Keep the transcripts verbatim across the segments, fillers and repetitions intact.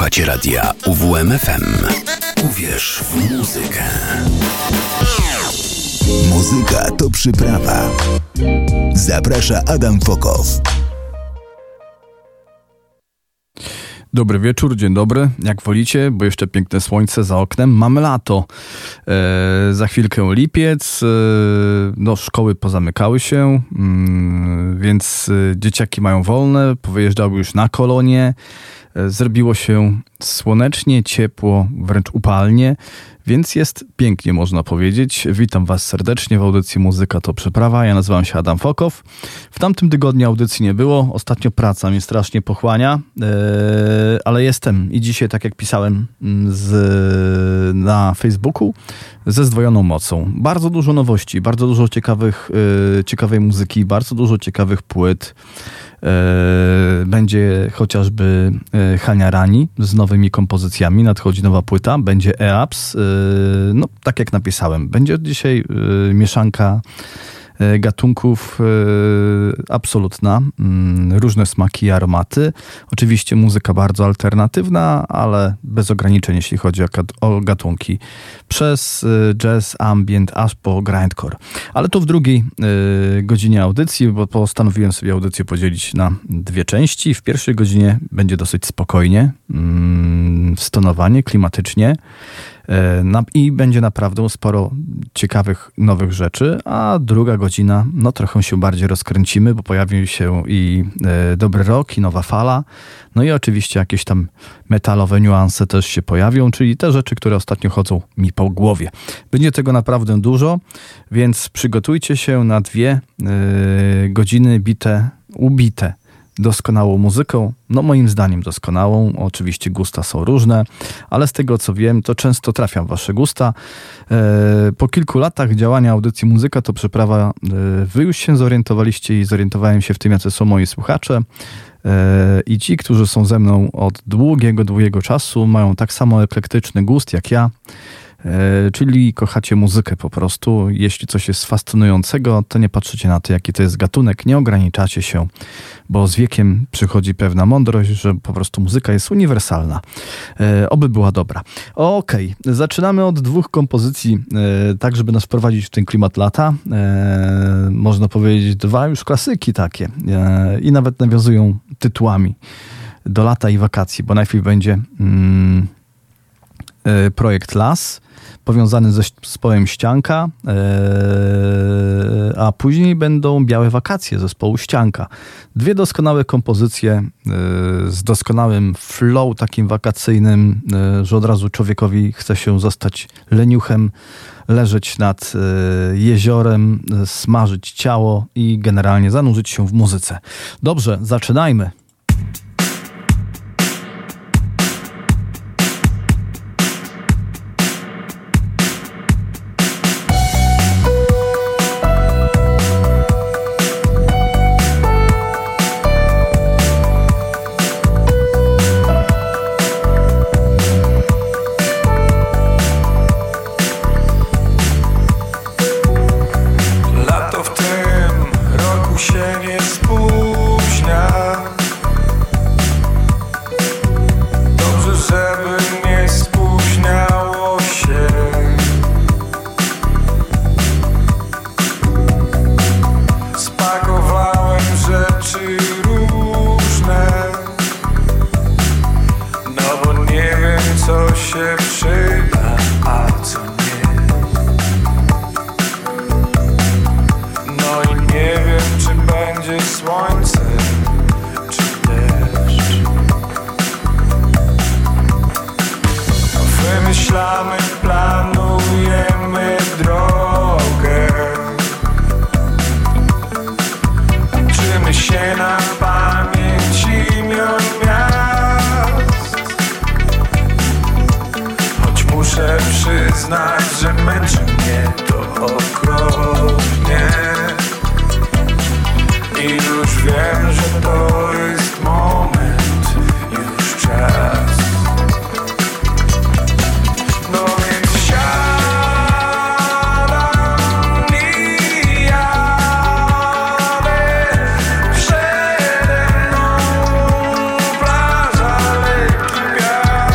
Słuchacie radia U W M F M. Uwierz w muzykę. Muzyka to przyprawa. Zaprasza Adam Fokow. Dobry wieczór, dzień dobry, jak wolicie, bo jeszcze piękne słońce za oknem. Mamy lato. E, za chwilkę lipiec, e, no szkoły pozamykały się, mm, więc dzieciaki mają wolne, powyjeżdżały już na kolonie. E, zrobiło się słonecznie, ciepło, wręcz upalnie, więc jest pięknie, można powiedzieć. Witam Was serdecznie w audycji Muzyka to Przyprawa. Ja nazywam się Adam Fokow. W tamtym tygodniu audycji nie było. Ostatnio praca mnie strasznie pochłania, yy, ale jestem i dzisiaj, tak jak pisałem z, na Facebooku, ze zdwojoną mocą. Bardzo dużo nowości, bardzo dużo ciekawych, yy, ciekawej muzyki, bardzo dużo ciekawych płyt. Będzie chociażby Hania Rani z nowymi kompozycjami, nadchodzi nowa płyta, będzie E-Abs, no tak jak napisałem, będzie dzisiaj mieszanka gatunków absolutna, różne smaki i aromaty. Oczywiście muzyka bardzo alternatywna, ale bez ograniczeń, jeśli chodzi o gatunki. Przez jazz, ambient, aż po grindcore. Ale to w drugiej godzinie audycji, bo postanowiłem sobie audycję podzielić na dwie części. W pierwszej godzinie będzie dosyć spokojnie, stonowanie, klimatycznie. I będzie naprawdę sporo ciekawych, nowych rzeczy, a druga godzina, no trochę się bardziej rozkręcimy, bo pojawił się i e, dobry rock, i nowa fala, no i oczywiście jakieś tam metalowe niuanse też się pojawią, czyli te rzeczy, które ostatnio chodzą mi po głowie. Będzie tego naprawdę dużo, więc przygotujcie się na dwie e, godziny bite, ubite doskonałą muzyką, no moim zdaniem doskonałą, oczywiście gusta są różne, ale z tego co wiem, to często trafiam w wasze gusta. E, po kilku latach działania audycji Muzyka to Przyprawa, e, wy już się zorientowaliście i zorientowałem się w tym, jacy są moi słuchacze. E, I ci, którzy są ze mną od długiego, długiego czasu, mają tak samo eklektyczny gust jak ja. E, czyli kochacie muzykę po prostu. Jeśli coś jest fascynującego, to nie patrzycie na to, jaki to jest gatunek, nie ograniczacie się, bo z wiekiem przychodzi pewna mądrość, że po prostu muzyka jest uniwersalna. E, oby była dobra. Okej, okay. Zaczynamy od dwóch kompozycji, e, tak żeby nas wprowadzić w ten klimat lata. E, można powiedzieć dwa już klasyki takie e, i nawet nawiązują tytułami do lata i wakacji, bo najpierw będzie mm, e, projekt Las, powiązany ze zespołem Ścianka, a później będą Białe wakacje zespołu Ścianka. Dwie doskonałe kompozycje z doskonałym flow takim wakacyjnym, że od razu człowiekowi chce się zostać leniuchem, leżeć nad jeziorem, smażyć ciało i generalnie zanurzyć się w muzyce. Dobrze, zaczynajmy. Plaża, lekki wiatr.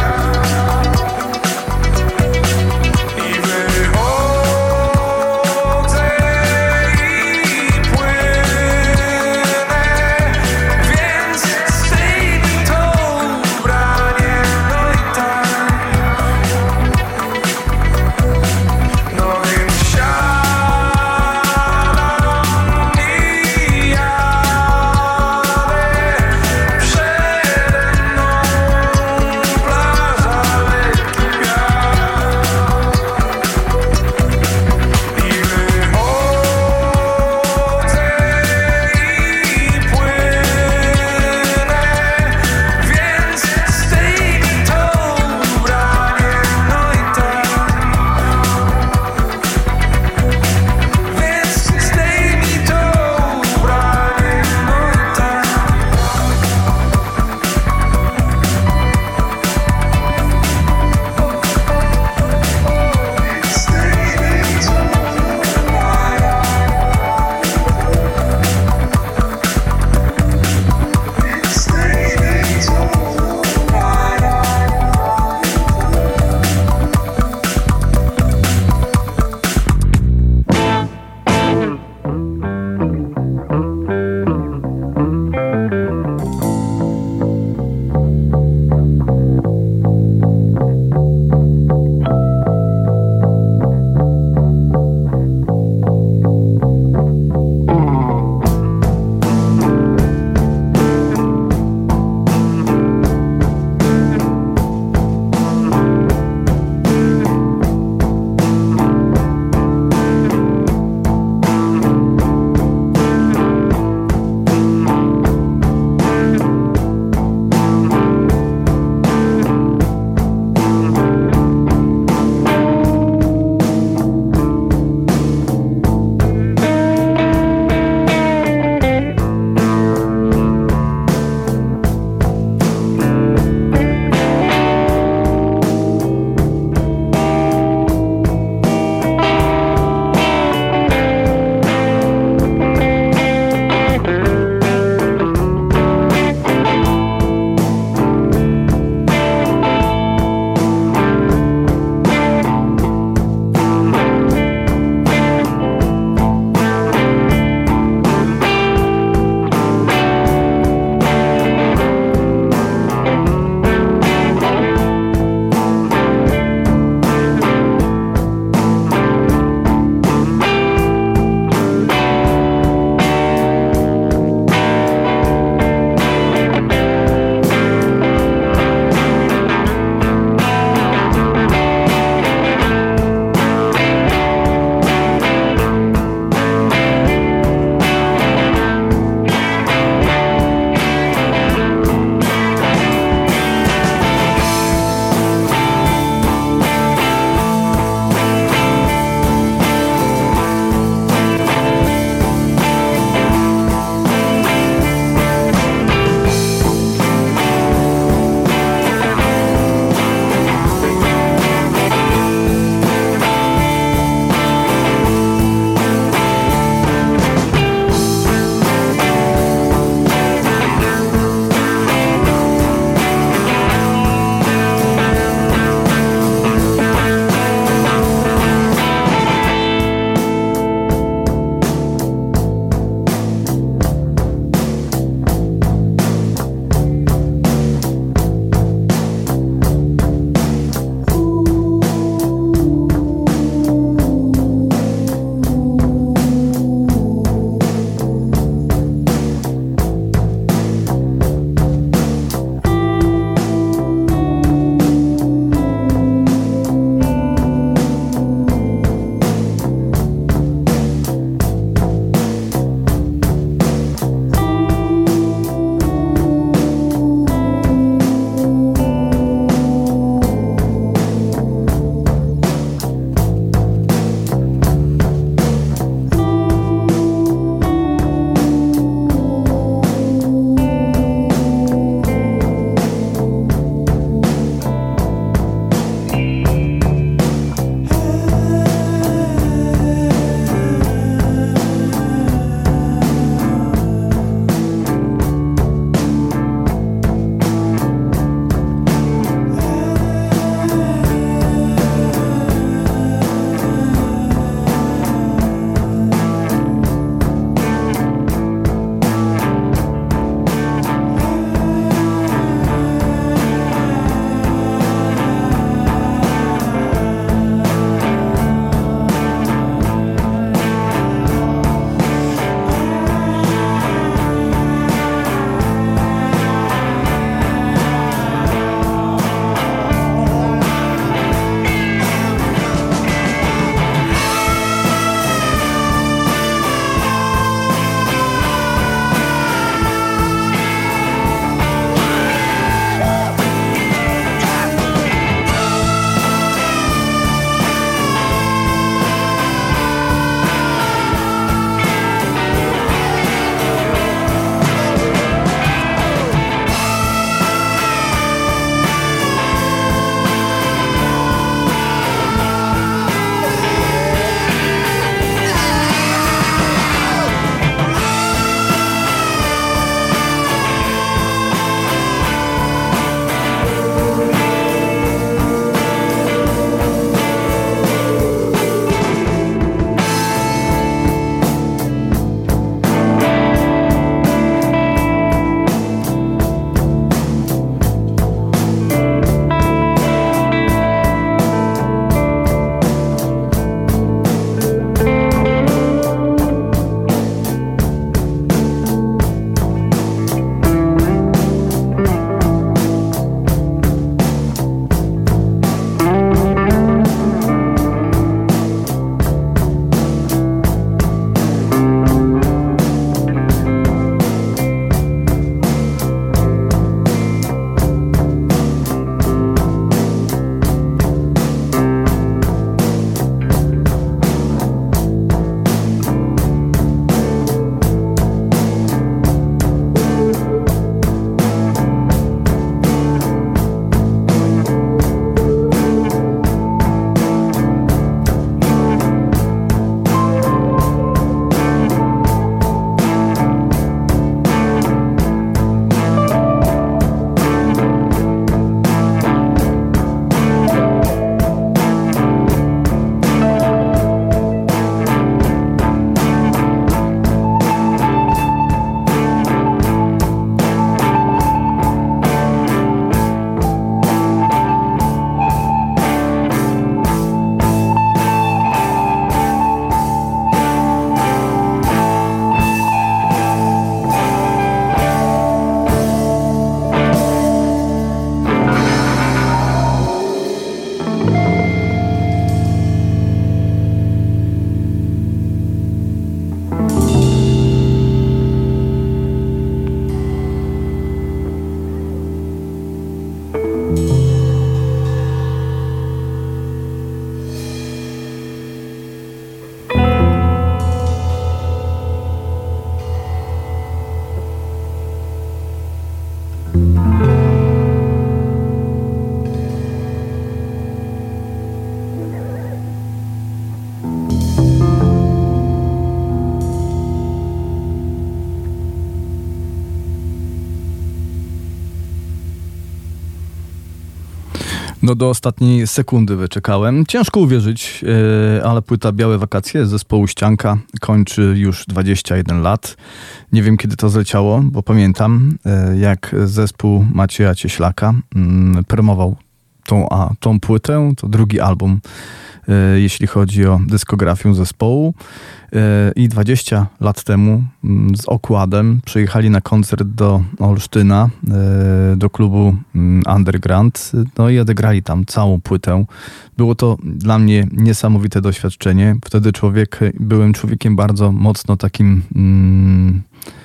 No do ostatniej sekundy wyczekałem. Ciężko uwierzyć, yy, ale płyta Białe Wakacje z zespołu Ścianka kończy już dwadzieścia jeden lat. Nie wiem, kiedy to zleciało, bo pamiętam, yy, jak zespół Macieja Cieślaka yy, promował tą, a, tą płytę, to drugi album, yy, jeśli chodzi o dyskografię zespołu. I dwadzieścia lat temu z okładem przyjechali na koncert do Olsztyna, do klubu Underground, no i odegrali tam całą płytę. Było to dla mnie niesamowite doświadczenie. Wtedy człowiek, byłem człowiekiem bardzo mocno takim mm,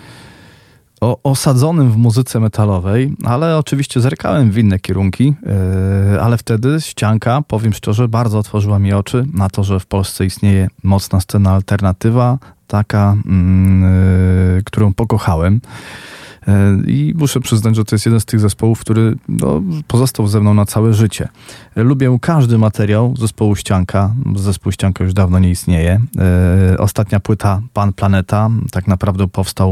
o, osadzonym w muzyce metalowej, ale oczywiście zerkałem w inne kierunki, yy, ale wtedy Ścianka, powiem szczerze, bardzo otworzyła mi oczy na to, że w Polsce istnieje mocna scena alternatywa, taka, yy, którą pokochałem. Yy, I muszę przyznać, że to jest jeden z tych zespołów, który no, pozostał ze mną na całe życie. Yy, lubię każdy materiał zespołu Ścianka. Zespół Ścianka już dawno nie istnieje. Yy, ostatnia płyta Pan Planeta tak naprawdę powstał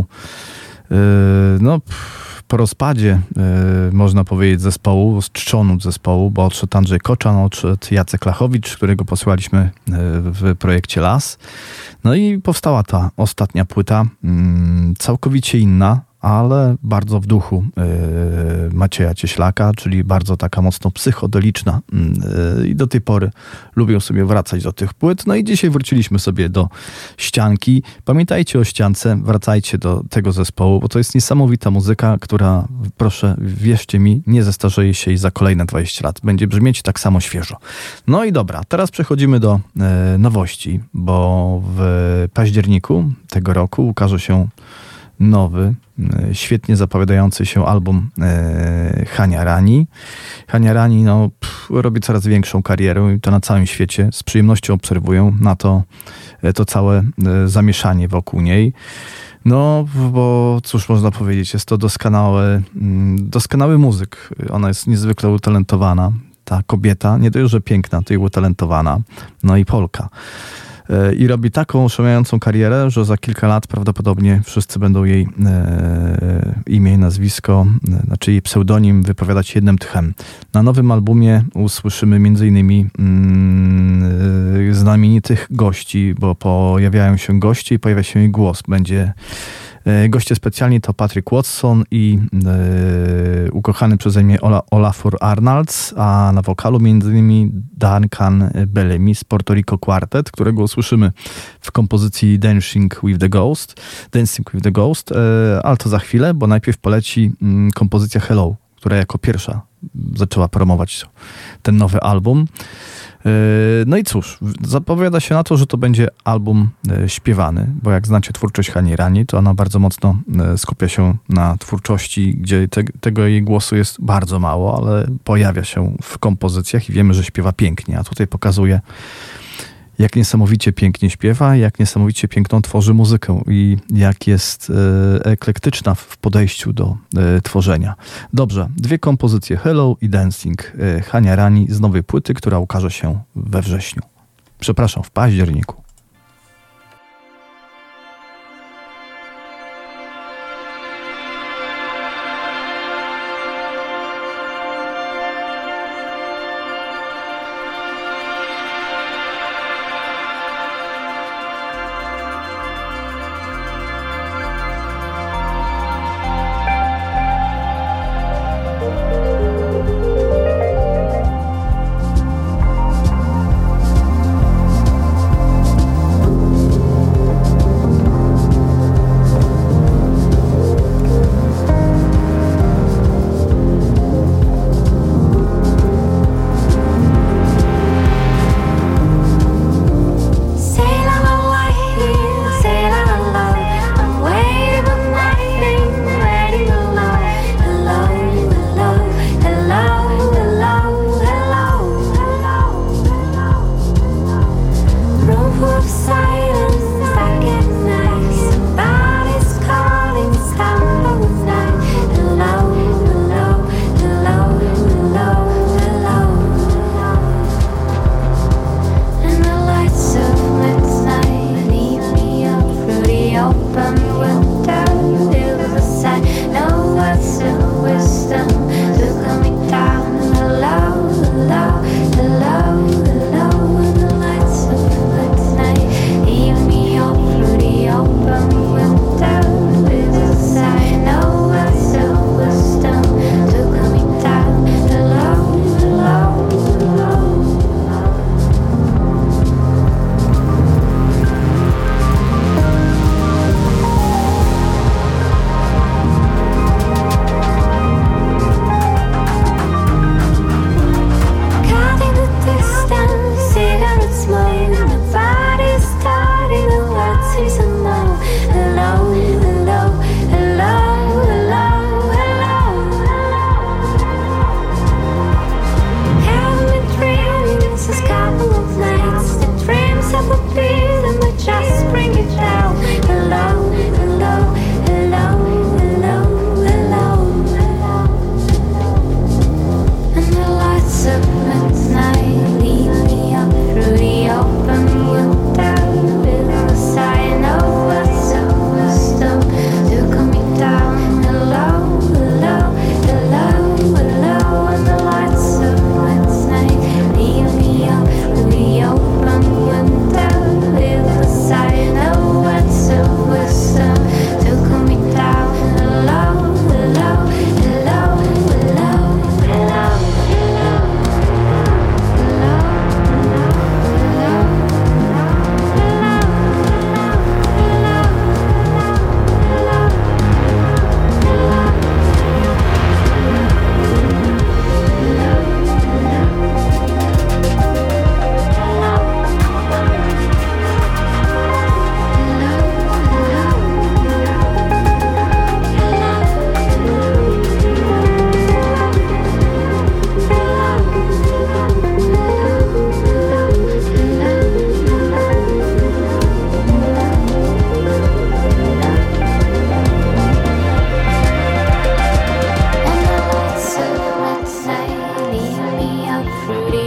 no, po rozpadzie, można powiedzieć, zespołu, z trzonu zespołu, bo odszedł Andrzej Koczan, odszedł Jacek Lachowicz, którego posyłaliśmy w projekcie Las. No i powstała ta ostatnia płyta, całkowicie inna, ale bardzo w duchu yy, Macieja Cieślaka, czyli bardzo taka mocno psychodeliczna yy, i do tej pory lubię sobie wracać do tych płyt. No i dzisiaj wróciliśmy sobie do Ścianki. Pamiętajcie o Ściance, wracajcie do tego zespołu, bo to jest niesamowita muzyka, która, proszę, wierzcie mi, nie zestarzeje się i za kolejne dwadzieścia lat będzie brzmieć tak samo świeżo. No i dobra, teraz przechodzimy do yy, nowości, bo w październiku tego roku ukaże się nowy, świetnie zapowiadający się album e, Hania Rani. Hania Rani no, pff, robi coraz większą karierę i to na całym świecie. Z przyjemnością obserwują na to, to całe e, zamieszanie wokół niej. No, bo cóż można powiedzieć, jest to doskonały, doskonały muzyk. Ona jest niezwykle utalentowana. Ta kobieta, nie dość, że piękna, to i utalentowana. No i Polka. I robi taką oszałamiającą karierę, że za kilka lat prawdopodobnie wszyscy będą jej e, imię i nazwisko, e, znaczy jej pseudonim wypowiadać jednym tchem. Na nowym albumie usłyszymy między innymi mm, znamienitych gości, bo pojawiają się goście i pojawia się jej głos. Będzie e, goście specjalni to Patrick Watson i e, ukochany przeze mnie Ola, Olafur Arnalds, a na wokalu między innymi Duncan Bellamy z Puerto Rico Quartet, którego usłyszymy w kompozycji Dancing with the Ghost, Dancing with the Ghost, ale to za chwilę, bo najpierw poleci kompozycja Hello, która jako pierwsza zaczęła promować ten nowy album. No i cóż, zapowiada się na to, że to będzie album śpiewany, bo jak znacie twórczość Hani Rani, to ona bardzo mocno skupia się na twórczości, gdzie te, tego jej głosu jest bardzo mało, ale pojawia się w kompozycjach i wiemy, że śpiewa pięknie, a tutaj pokazuje, jak niesamowicie pięknie śpiewa, jak niesamowicie piękną tworzy muzykę i jak jest e, eklektyczna w podejściu do e, tworzenia. Dobrze, dwie kompozycje, Hello i Dancing, e, Hania Rani z nowej płyty, która ukaże się we wrześniu. Przepraszam, w październiku.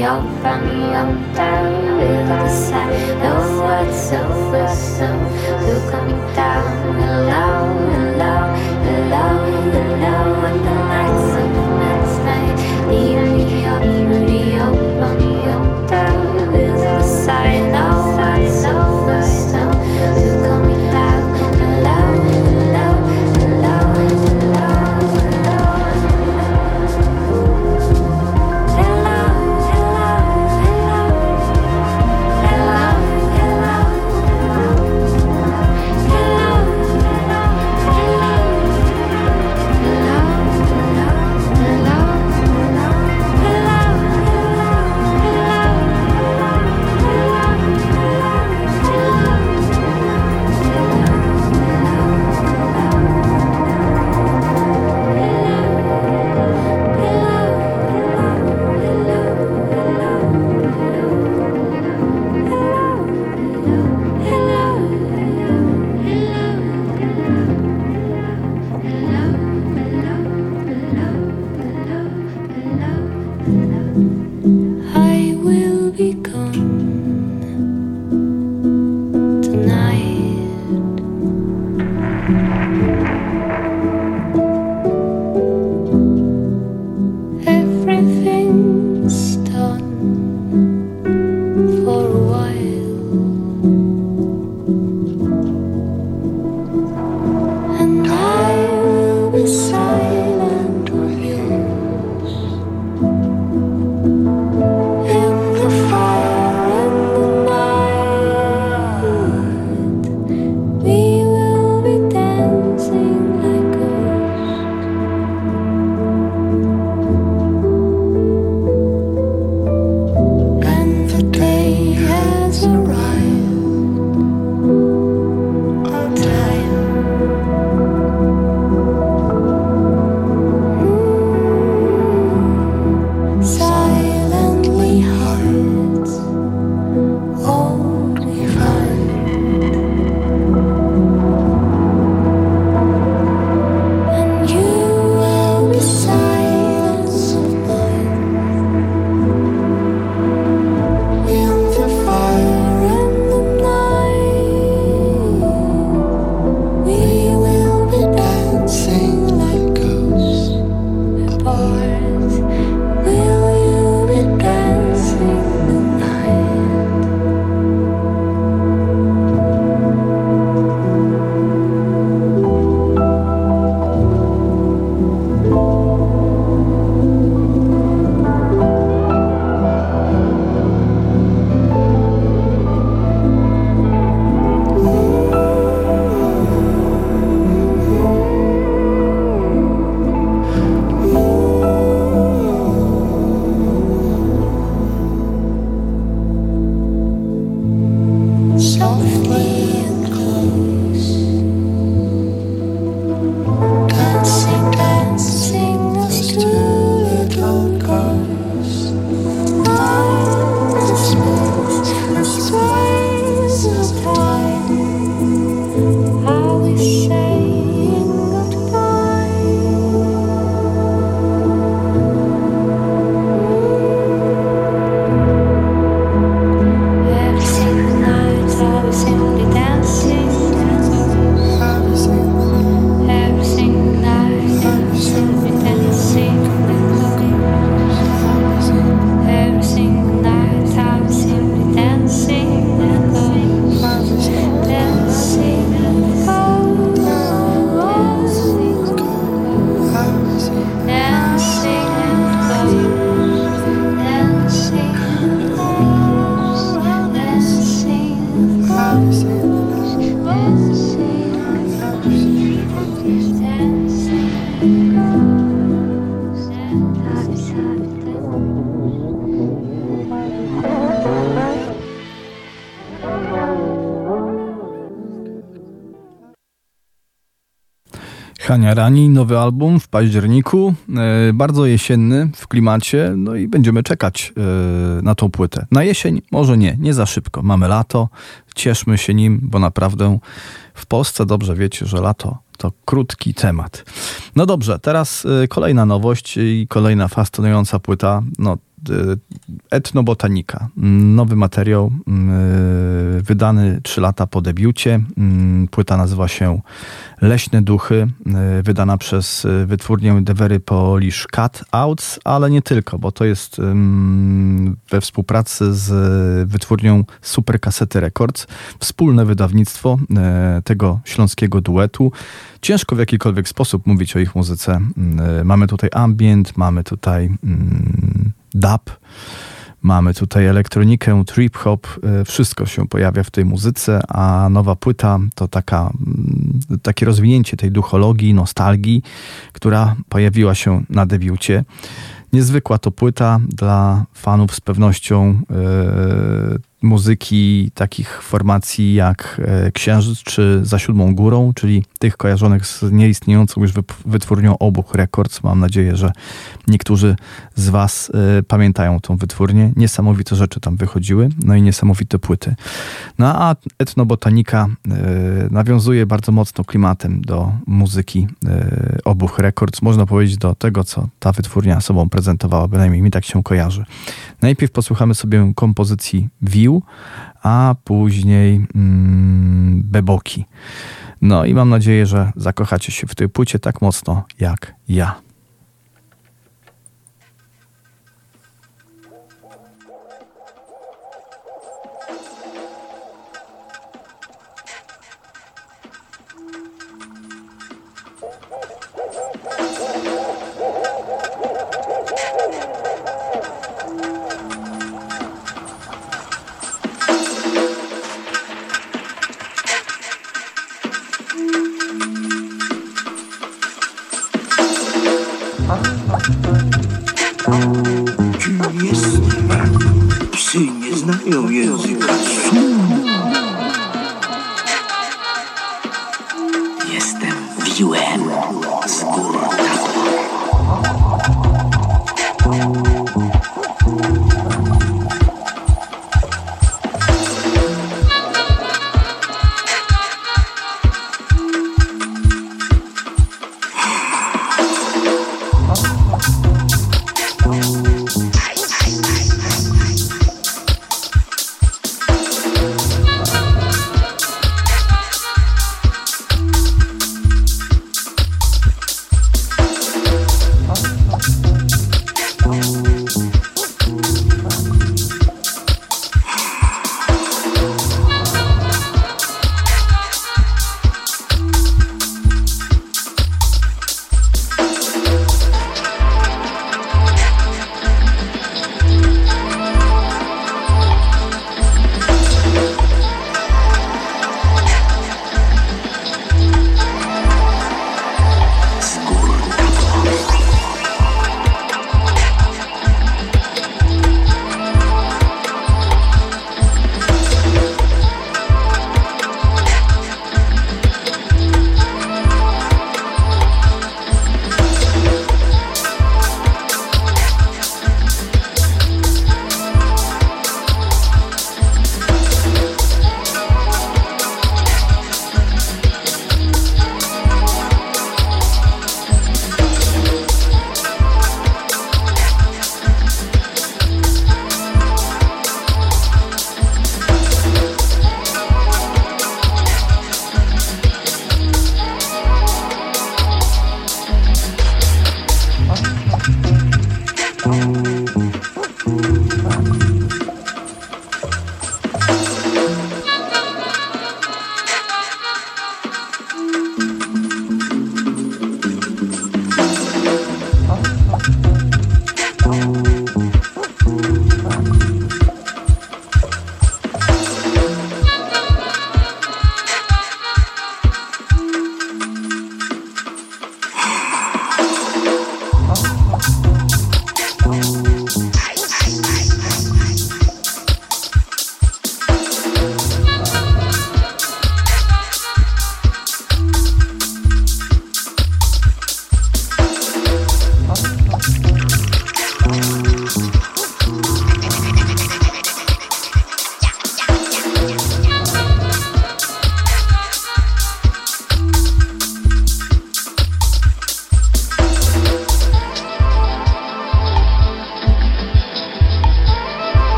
me open, me down with the side. No words over, so you coming down. Hello, hello, hello, hello, and the lights of the next night. Leave me open, me open, me down with the side. No words over, so you coming down. Hello, hello, hello, hello, hello. Hania Rani, nowy album w październiku, e, bardzo jesienny w klimacie, no i będziemy czekać e, na tą płytę. Na jesień może nie, nie za szybko. Mamy lato, cieszmy się nim, bo naprawdę w Polsce dobrze wiecie, że lato to krótki temat. No dobrze, teraz y, kolejna nowość i kolejna fascynująca płyta. No, Etnobotanika. Nowy materiał, wydany trzy lata po debiucie. Płyta nazywa się Leśne Duchy, wydana przez wytwórnię The Very Polish Cut Outs, ale nie tylko, bo to jest we współpracy z wytwórnią Super Kasety Records. Wspólne wydawnictwo tego śląskiego duetu. Ciężko w jakikolwiek sposób mówić o ich muzyce. Mamy tutaj ambient, mamy tutaj mm, dub, mamy tutaj elektronikę, trip-hop. Wszystko się pojawia w tej muzyce, a nowa płyta to taka, takie rozwinięcie tej duchologii, nostalgii, która pojawiła się na debiucie. Niezwykła to płyta dla fanów z pewnością yy, muzyki takich formacji jak Księżyc czy Za Siódmą Górą, czyli tych kojarzonych z nieistniejącą już wytwórnią Obuch Records. Mam nadzieję, że niektórzy z was y, pamiętają tą wytwórnię. Niesamowite rzeczy tam wychodziły, no i niesamowite płyty. No a Etnobotanika y, nawiązuje bardzo mocno klimatem do muzyki y, Obuch Records. Można powiedzieć do tego, co ta wytwórnia sobą prezentowała, bynajmniej mi tak się kojarzy. Najpierw posłuchamy sobie kompozycji View, a później mm, Beboki. No i mam nadzieję, że zakochacie się w tej płycie tak mocno jak ja.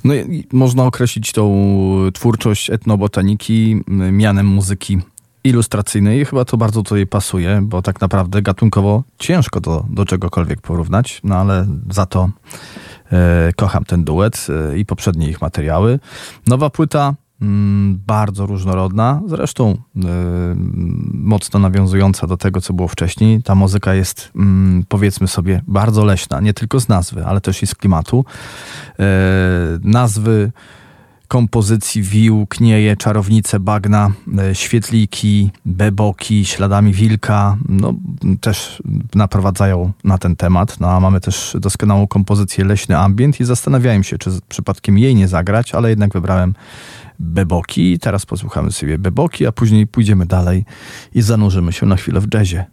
No i można określić tą twórczość etnobotaniki mianem muzyki ilustracyjnej i chyba to bardzo tutaj pasuje, bo tak naprawdę gatunkowo ciężko do, do czegokolwiek porównać, no ale za to e, kocham ten duet e, i poprzednie ich materiały. Nowa płyta mm, bardzo różnorodna, zresztą e, mocno nawiązująca do tego, co było wcześniej. Ta muzyka jest, mm, powiedzmy sobie, bardzo leśna, nie tylko z nazwy, ale też i z klimatu. E, nazwy kompozycji wił, knieje, czarownice, bagna, świetliki, beboki, śladami wilka, no też naprowadzają na ten temat. No a mamy też doskonałą kompozycję Leśny Ambient i zastanawiałem się, czy przypadkiem jej nie zagrać, ale jednak wybrałem beboki. Teraz posłuchamy sobie beboki, a później pójdziemy dalej i zanurzymy się na chwilę w jazzie.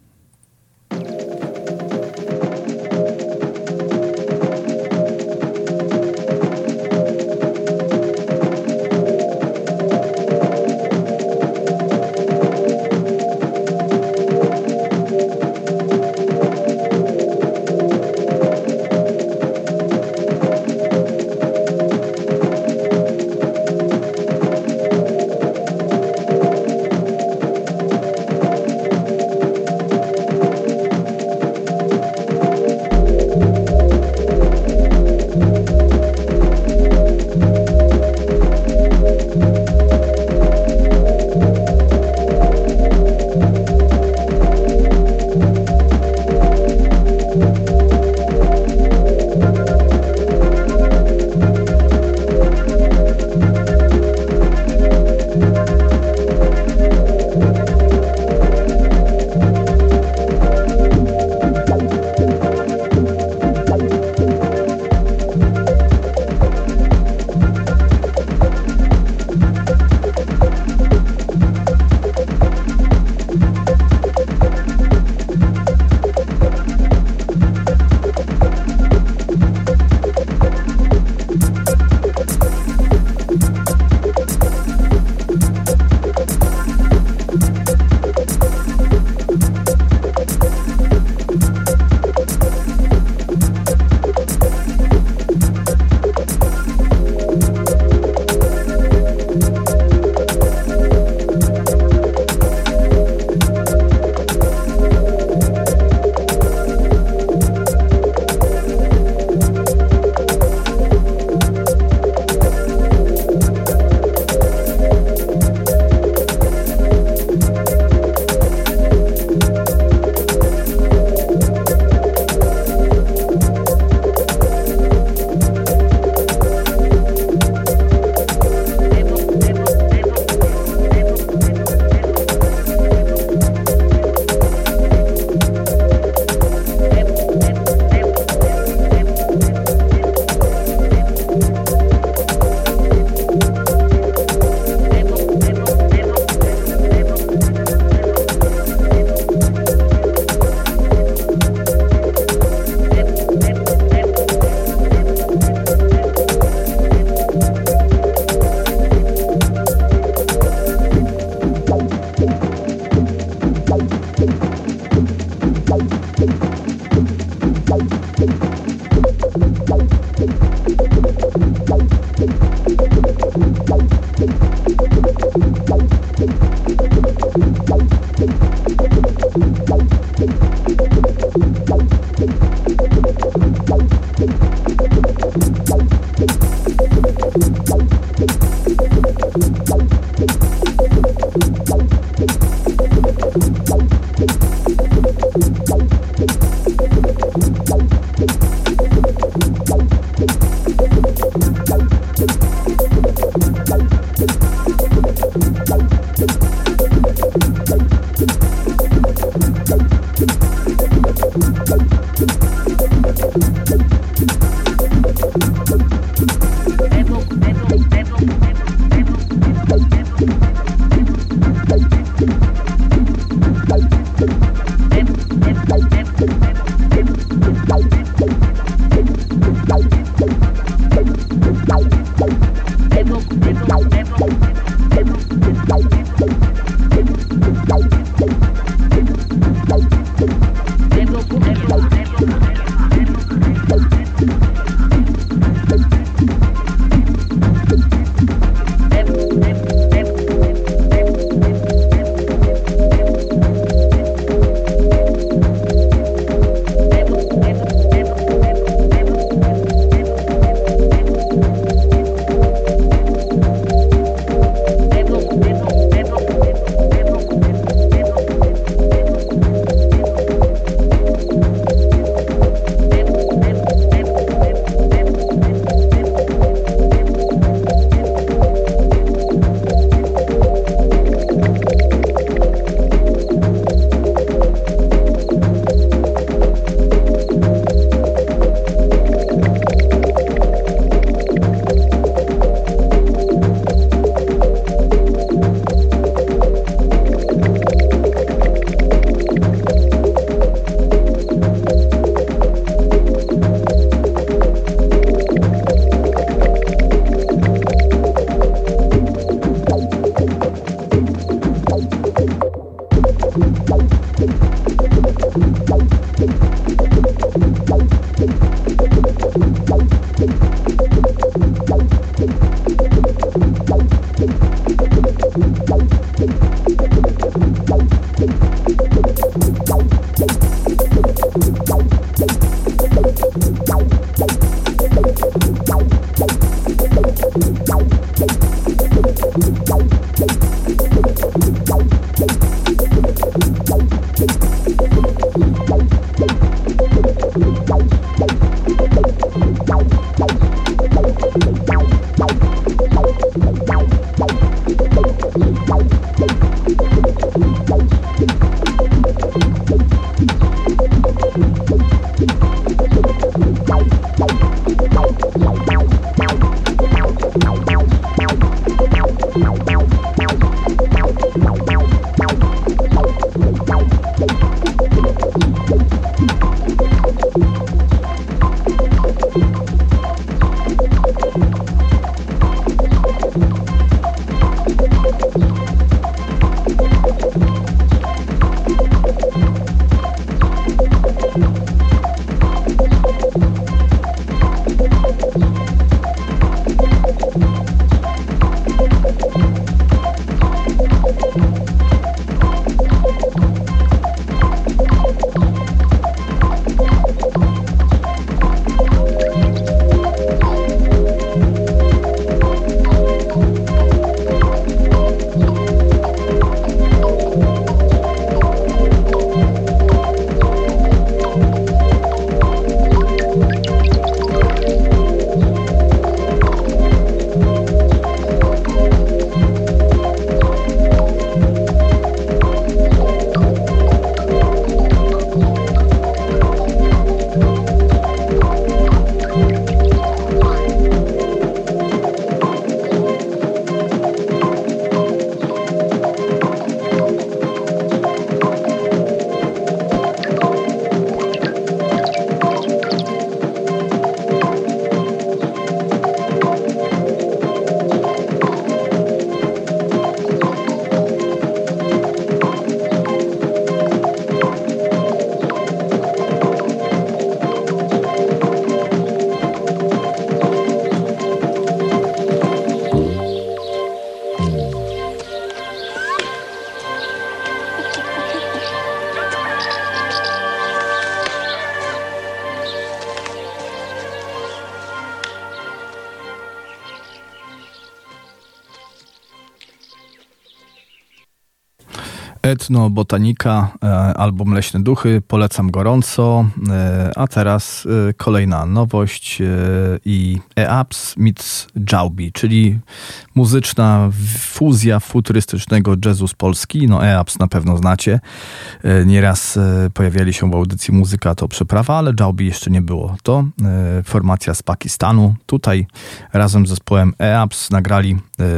Etnobotanika, album Leśne Duchy, polecam gorąco. A teraz kolejna nowość i E-Abs meets Jaubi, czyli muzyczna fuzja futurystycznego jazzu z Polski. No E-Abs na pewno znacie. Nieraz pojawiali się w audycji Muzyka to Przeprawa, ale Jaubi jeszcze nie było. To formacja z Pakistanu. Tutaj razem z zespołem E-Abs nagrali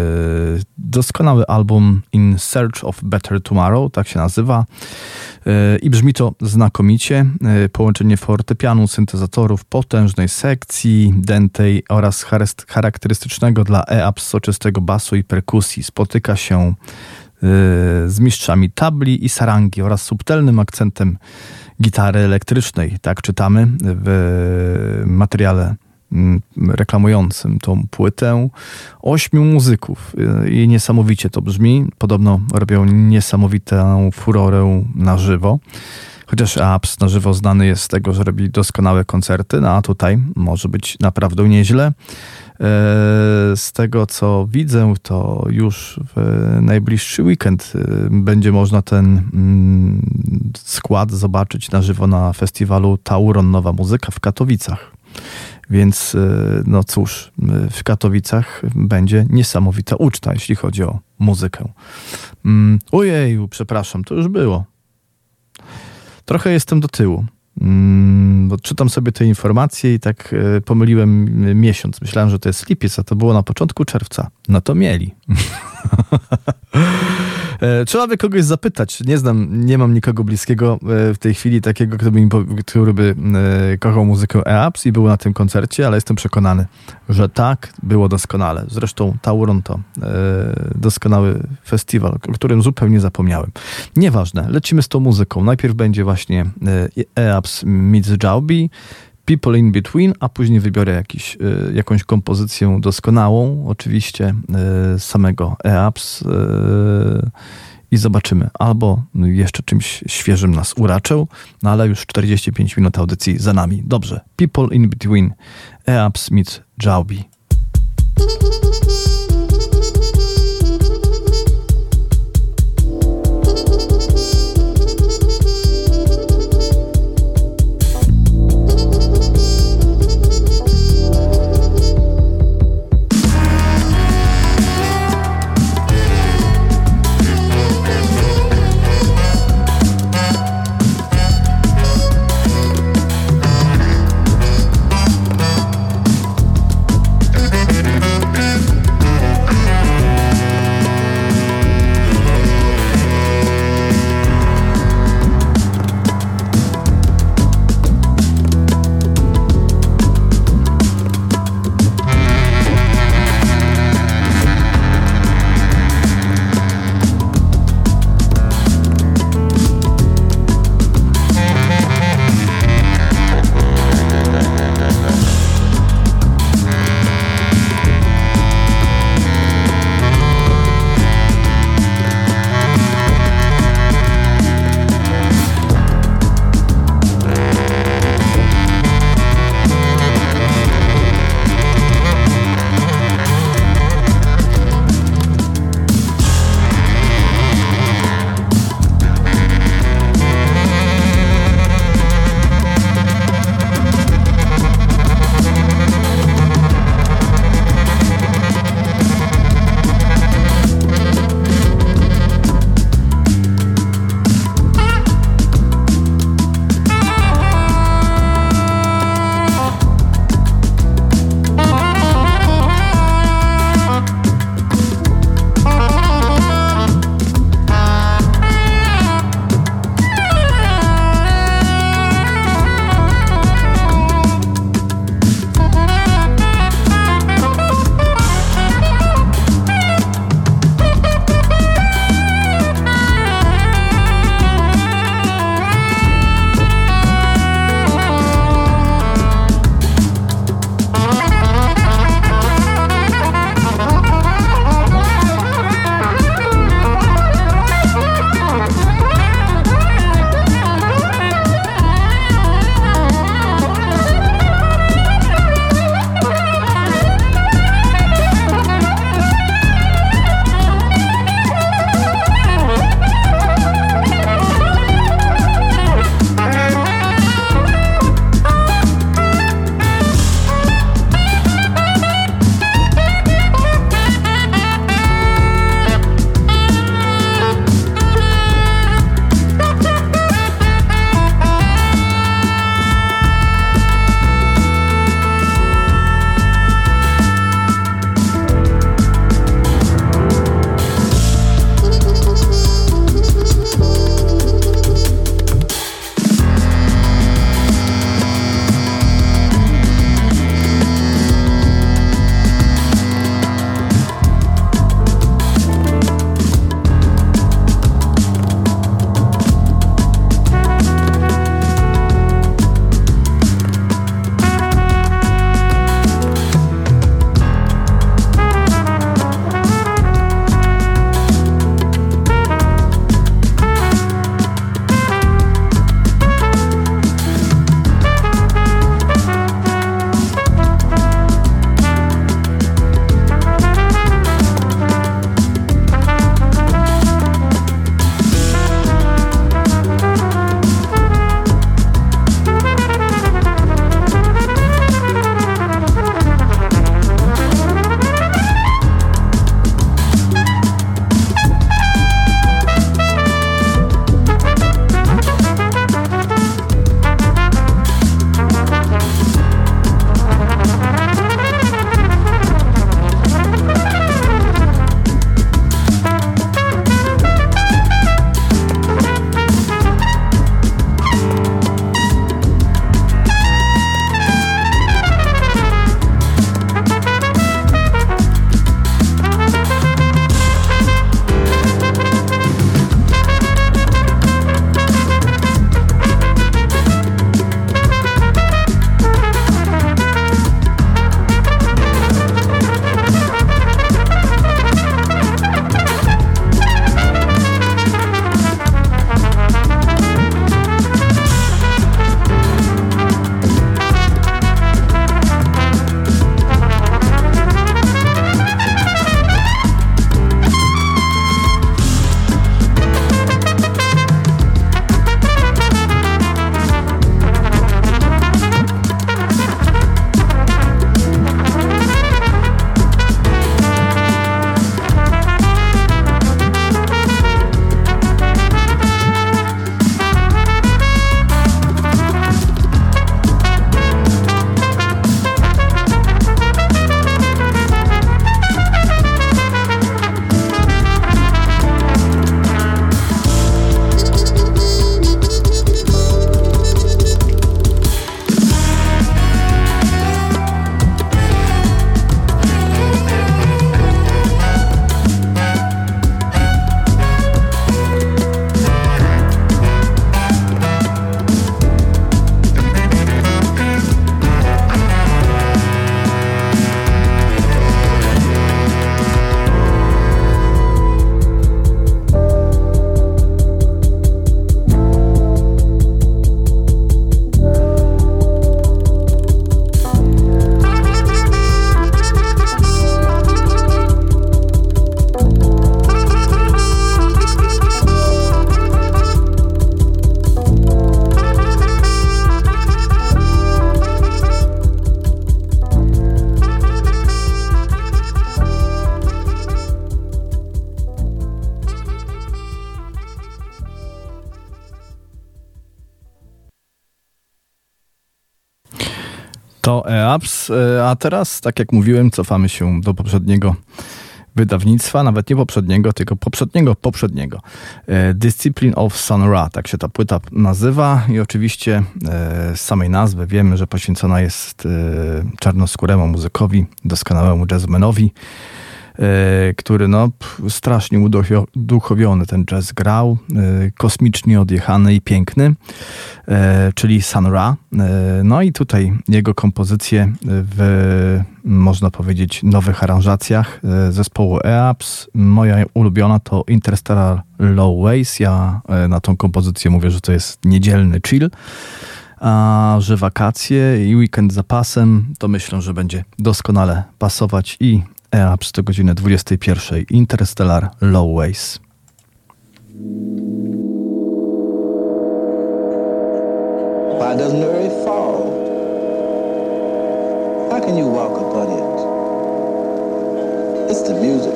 doskonały album In Search of Better Tomorrow, tak się nazywa. I brzmi to znakomicie. Połączenie fortepianu, syntezatorów, potężnej sekcji dętej oraz charakterystycznego dla E-Abs soczystego basu i perkusji spotyka się z mistrzami tabli i sarangi oraz subtelnym akcentem gitary elektrycznej. Tak czytamy w materiale reklamującym tą płytę. Ośmiu muzyków i niesamowicie to brzmi. Podobno robią niesamowitą furorę na żywo. Chociaż E-Abs na żywo znany jest z tego, że robi doskonałe koncerty, no a tutaj może być naprawdę nieźle. Z tego co widzę, to już w najbliższy weekend będzie można ten skład zobaczyć na żywo na festiwalu Tauron Nowa Muzyka w Katowicach. Więc no cóż, w Katowicach będzie niesamowita uczta, jeśli chodzi o muzykę. Ojeju, przepraszam, to już było. Trochę jestem do tyłu, bo czytam sobie te informacje i tak pomyliłem miesiąc. Myślałem, że to jest lipiec, a to było na początku czerwca. No to mieli. Trzeba by kogoś zapytać. Nie znam, nie mam nikogo bliskiego w tej chwili takiego, kto by, mi, który by kochał muzykę E-Abs i był na tym koncercie, ale jestem przekonany, że tak, było doskonale. Zresztą Tauron to doskonały festiwal, o którym zupełnie zapomniałem. Nieważne, lecimy z tą muzyką. Najpierw będzie właśnie E-Abs meets Jaubi, People in Between, a później wybiorę jakiś, jakąś kompozycję doskonałą, oczywiście samego E-Abs i zobaczymy. Albo jeszcze czymś świeżym nas uraczył, no ale już czterdzieści pięć minut audycji za nami. Dobrze, People in Between, E-Abs meets Jaubi. To EAPS, a teraz, tak jak mówiłem, cofamy się do poprzedniego wydawnictwa, nawet nie poprzedniego, tylko poprzedniego, poprzedniego. Discipline of Sun Ra, tak się ta płyta nazywa i oczywiście z samej nazwy wiemy, że poświęcona jest czarnoskóremu muzykowi, doskonałemu jazzmanowi, który no strasznie uduchowiony ten jazz grał, kosmicznie odjechany i piękny, czyli Sun Ra. No i tutaj jego kompozycje w, można powiedzieć, nowych aranżacjach zespołu EAPS. Moja ulubiona to Interstellar Low Ways. Ja na tą kompozycję mówię, że to jest niedzielny chill, a że wakacje i weekend za pasem, to myślę, że będzie doskonale pasować i EAPS do godziny dwudziestej pierwszej. Interstellar Low Ways. Why doesn't the earth fall? How can you walk upon it? It's the music.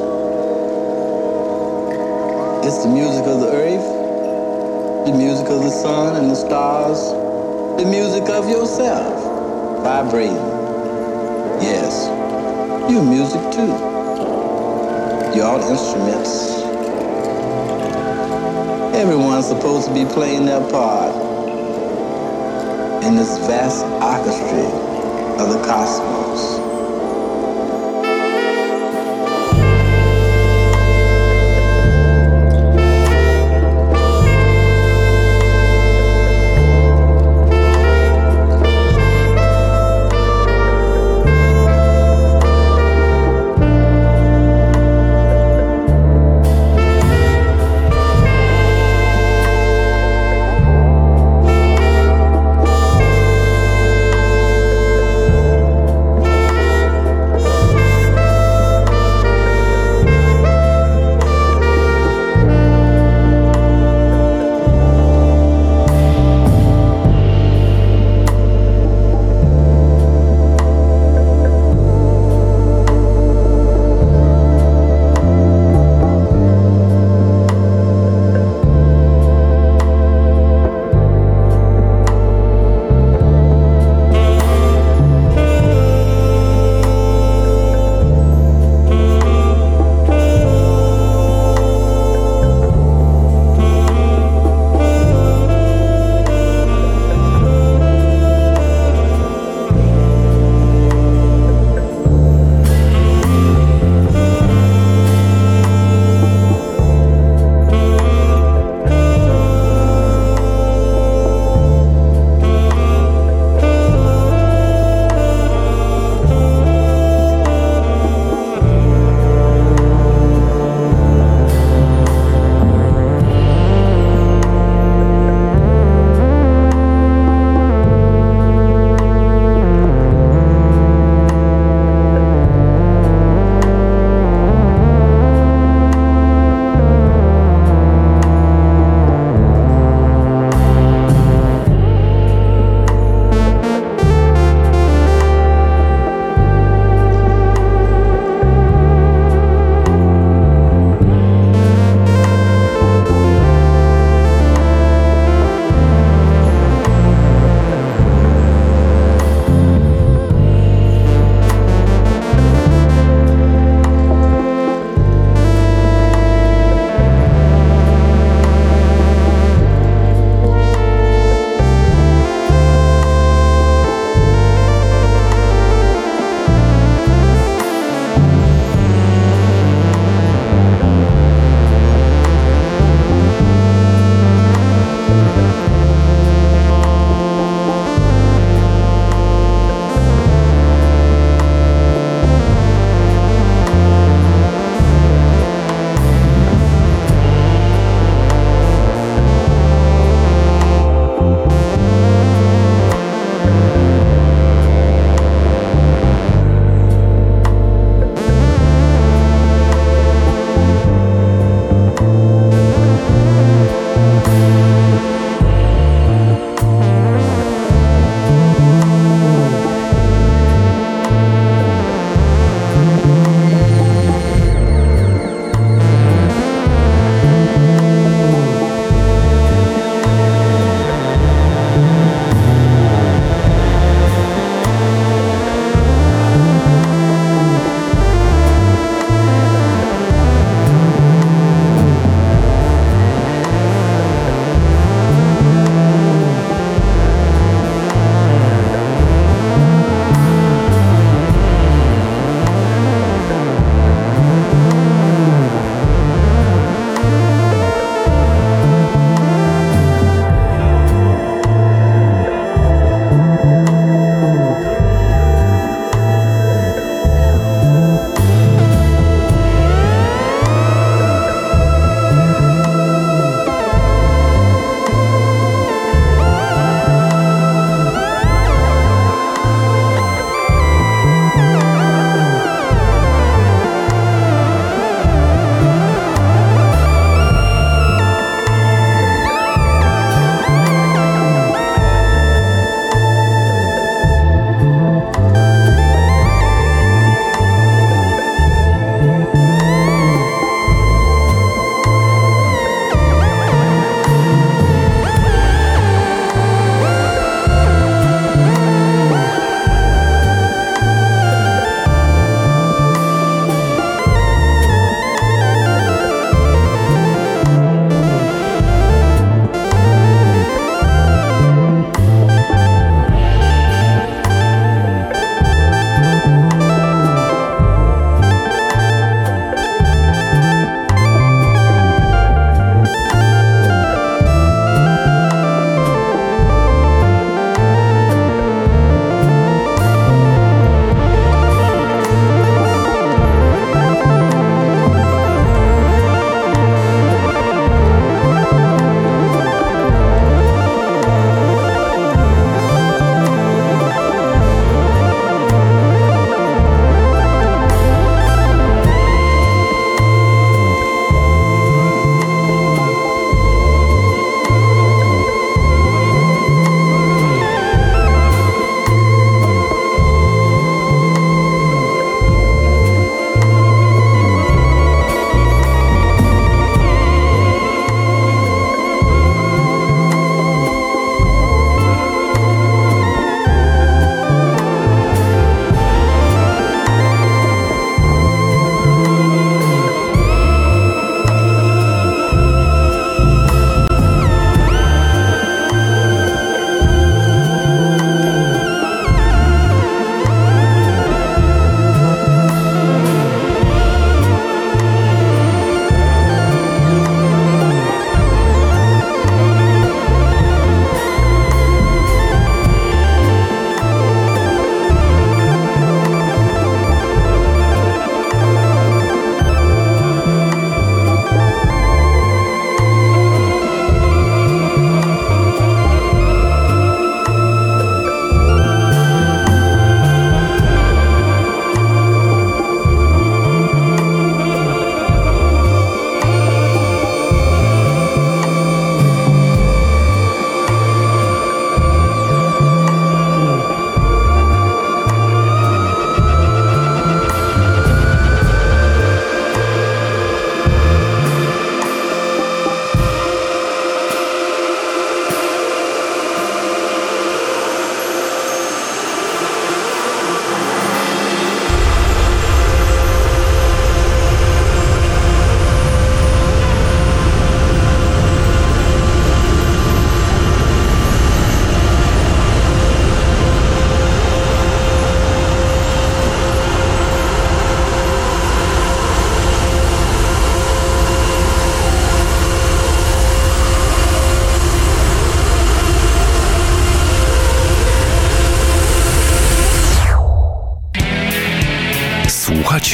It's the music of the earth, the music of the sun and the stars, the music of yourself, vibrating. Yes. You music too. You're all instruments. Everyone's supposed to be playing their part in this vast orchestra of the cosmos.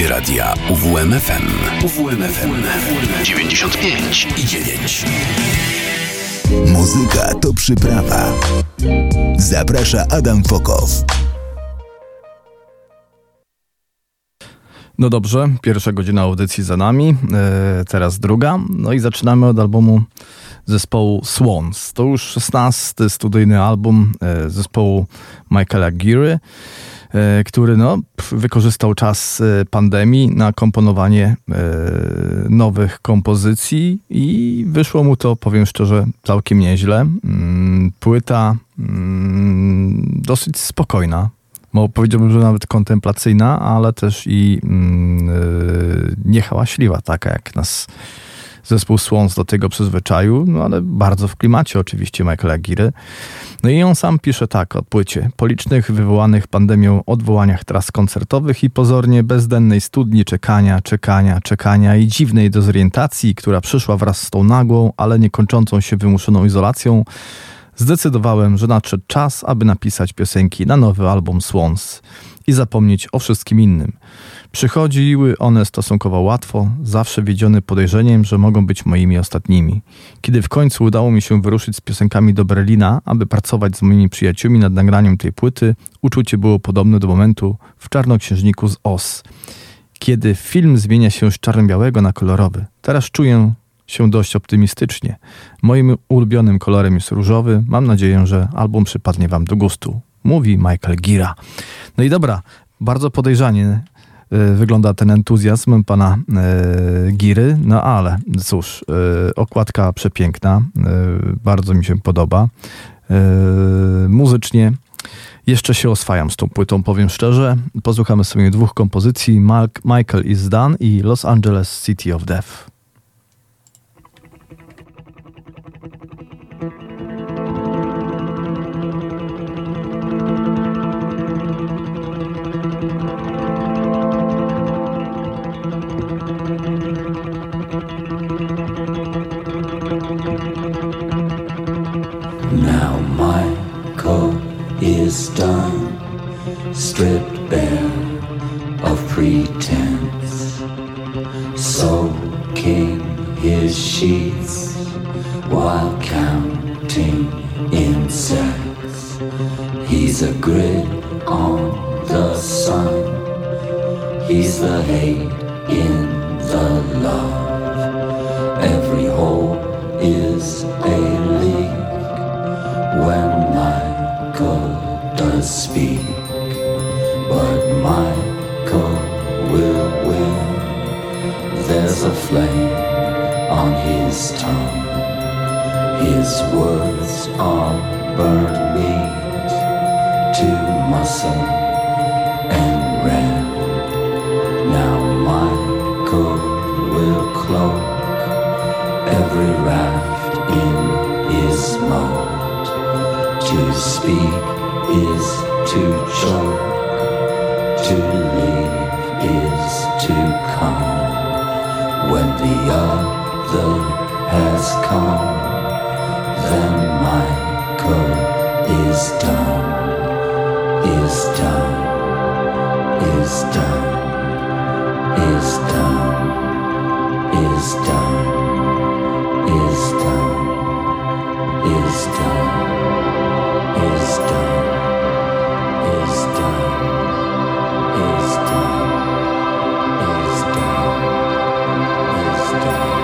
Słuchacie radia U W M F M. U W M F M dziewięćdziesiąt pięć i dziewięć. Muzyka to przyprawa. Zaprasza Adam Fokow. No dobrze, pierwsza godzina audycji za nami, e, teraz druga. No i zaczynamy od albumu zespołu Swans. To już szesnasty studyjny album e, zespołu Michaela Giry, e, który no, wykorzystał czas e, pandemii na komponowanie e, nowych kompozycji i wyszło mu to, powiem szczerze, całkiem nieźle. Mm, płyta mm, dosyć spokojna. Bo powiedziałbym, że nawet kontemplacyjna, ale też i yy, niehałaśliwa, taka jak nas zespół Swans do tego przyzwyczaił, no ale bardzo w klimacie oczywiście Michaela Giry. No i on sam pisze tak o płycie. Po licznych wywołanych pandemią odwołaniach tras koncertowych i pozornie bezdennej studni czekania, czekania, czekania i dziwnej dezorientacji, która przyszła wraz z tą nagłą, ale niekończącą się wymuszoną izolacją, zdecydowałem, że nadszedł czas, aby napisać piosenki na nowy album Swans i zapomnieć o wszystkim innym. Przychodziły one stosunkowo łatwo, zawsze wiedziony podejrzeniem, że mogą być moimi ostatnimi. Kiedy w końcu udało mi się wyruszyć z piosenkami do Berlina, aby pracować z moimi przyjaciółmi nad nagraniem tej płyty, uczucie było podobne do momentu w Czarnoksiężniku z Oz, kiedy film zmienia się z czarno-białego na kolorowy. Teraz czuję się dość optymistycznie. Moim ulubionym kolorem jest różowy. Mam nadzieję, że album przypadnie wam do gustu. Mówi Michael Gira. No i dobra, bardzo podejrzanie y, wygląda ten entuzjazm pana y, Giry, no ale cóż, y, okładka przepiękna, y, bardzo mi się podoba. Y, muzycznie jeszcze się oswajam z tą płytą, powiem szczerze. Posłuchamy sobie dwóch kompozycji, Michael is Done i Los Angeles City of Death. Now my coat is done, stripped bare of pretense, soaking his sheets while counting insects. He's a grid on the sun, he's the hate in the love. Every hole is a leak when Michael does speak, but Michael will win. There's a flame on his tongue, his words are burnt meat to muscle and red. Now Michael will cloak every raft in his moat. To speak is to choke, to leave is to come. When the other has come, then Michael is done, is done, is done, is done, is done, is done, is done, is done, is done, is done, is done, is done.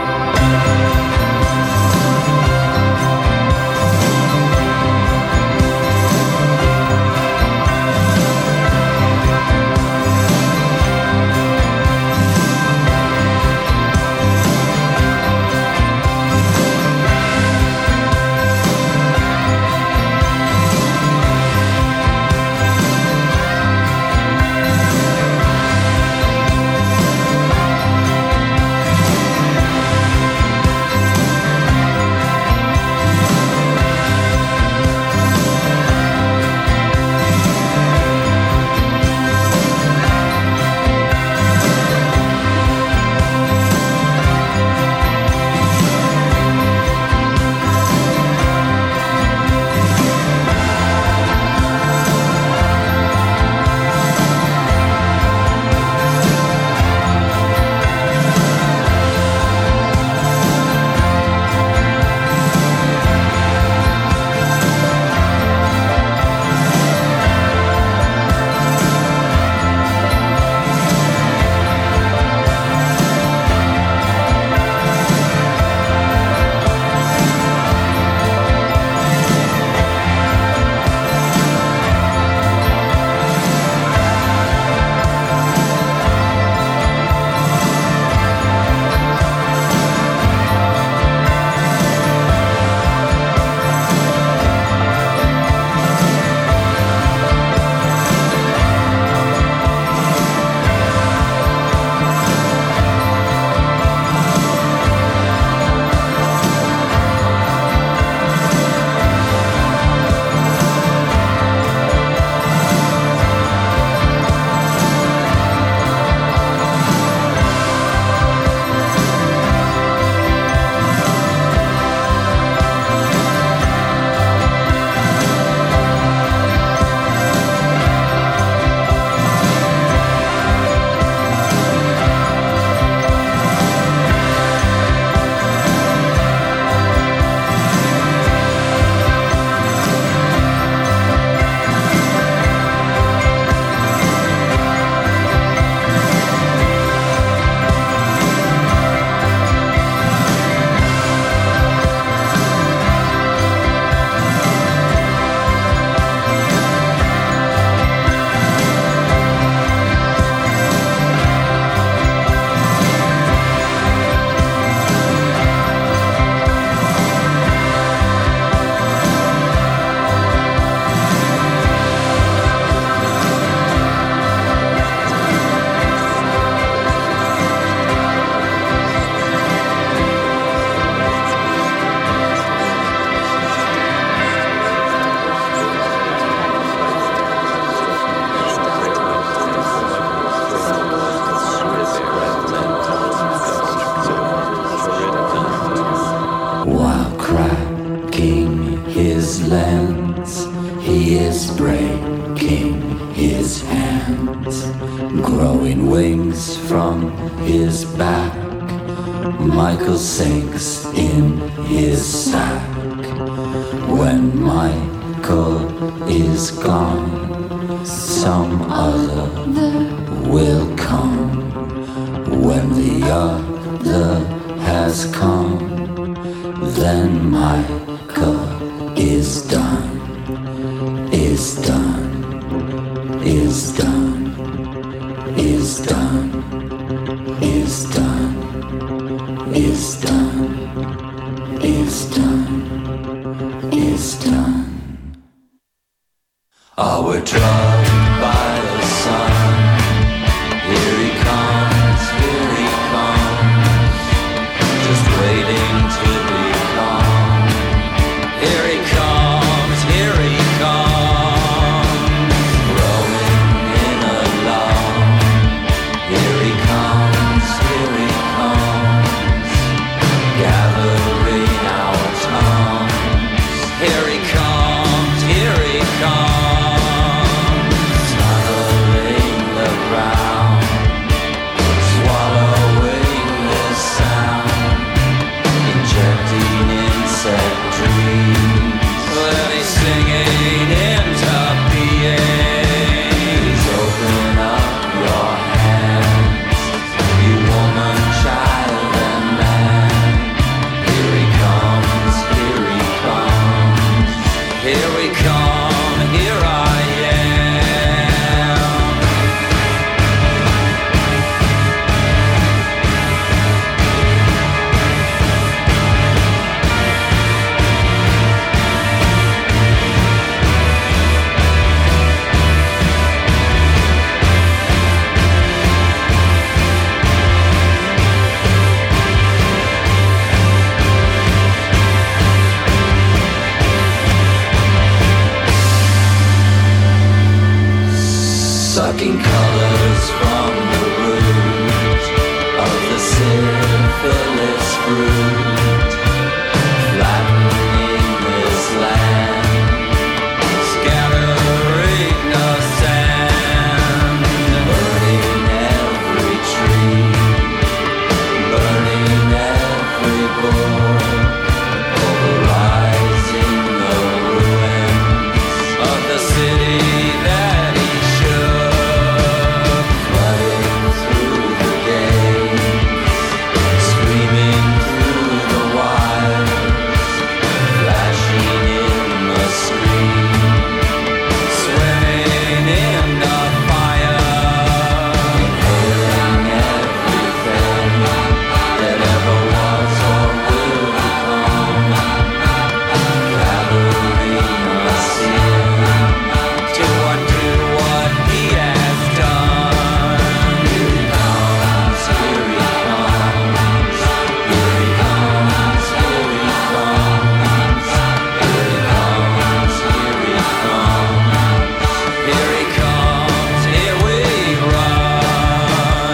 in his hands, growing wings from his back. Michael sinks in his sack. When Michael is gone, some other will come. When the other has come, then Michael is done, is done, is done, is done, is done, is done, is done, is done. Oh, we're drugged by the sun. Here he comes, here he comes, just waiting to become. Here he comes, here he comes, rolling in a love. Here he comes, here he comes, gathering our tongues. Here he comes, here he comes, smothering the ground, swallowing the sound, injecting insect dreams. Then he's singing into beings. Open up your hands, you woman, child, and man. Here he comes, here he comes, here we come, here I am. Sucking colors from the root of the syphilis fruit, flattening this land, scattering the sand, burning every tree, burning every board, pulverizing the ruins of the city that he shook, flooding through the gates, screaming through the wires, flashing in the screen, swimming in the fire, inhaling everything that ever was or will become, gathering us in to undo what he has done. Here he comes, here he comes, here he comes, here he comes, here he comes, here he comes, here he comes, here we run,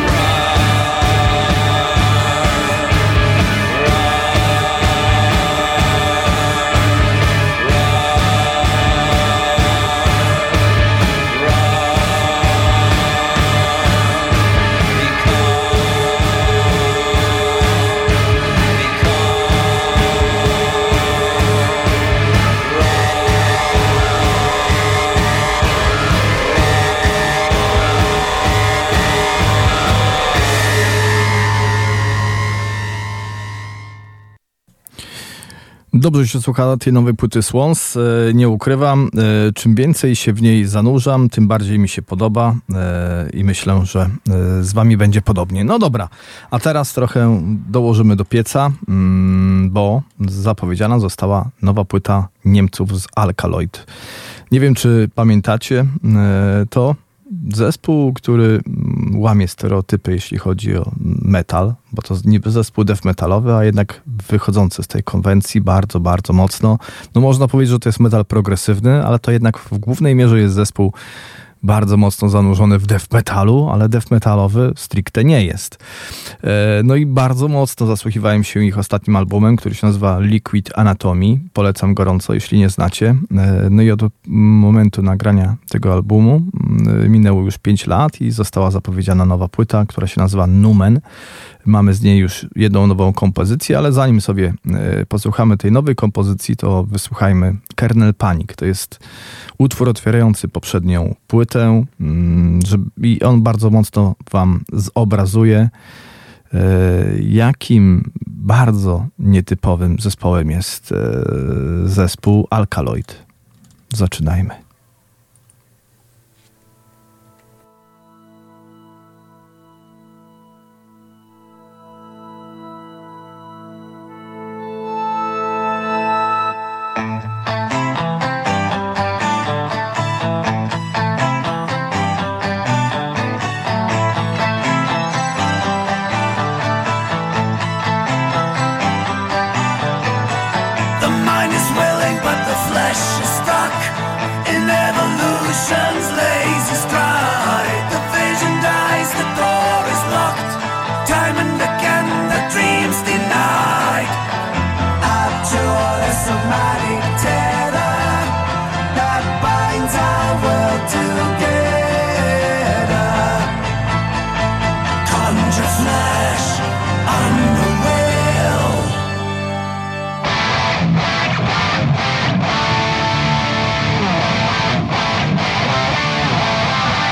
Dobrze się słucha tej nowej płyty Swans, e, nie ukrywam. E, czym więcej się w niej zanurzam, tym bardziej mi się podoba e, i myślę, że e, z wami będzie podobnie. No dobra, a teraz trochę dołożymy do pieca, mm, bo zapowiedziana została nowa płyta Niemców z Alkaloid. Nie wiem, czy pamiętacie e, to. Zespół, który łamie stereotypy, jeśli chodzi o metal, bo to niby zespół death metalowy, a jednak wychodzący z tej konwencji bardzo, bardzo mocno. No można powiedzieć, że to jest metal progresywny, ale to jednak w głównej mierze jest zespół bardzo mocno zanurzony w death metalu, ale death metalowy stricte nie jest. No i bardzo mocno zasłuchiwałem się ich ostatnim albumem, który się nazywa Liquid Anatomy. Polecam gorąco, jeśli nie znacie. No i od momentu nagrania tego albumu minęło już pięć lat i została zapowiedziana nowa płyta, która się nazywa Numen. Mamy z niej już jedną nową kompozycję, ale zanim sobie posłuchamy tej nowej kompozycji, to wysłuchajmy Kernel Panic. To jest utwór otwierający poprzednią płytę i on bardzo mocno wam zobrazuje, jakim bardzo nietypowym zespołem jest zespół Alkaloid. Zaczynajmy. Unreal.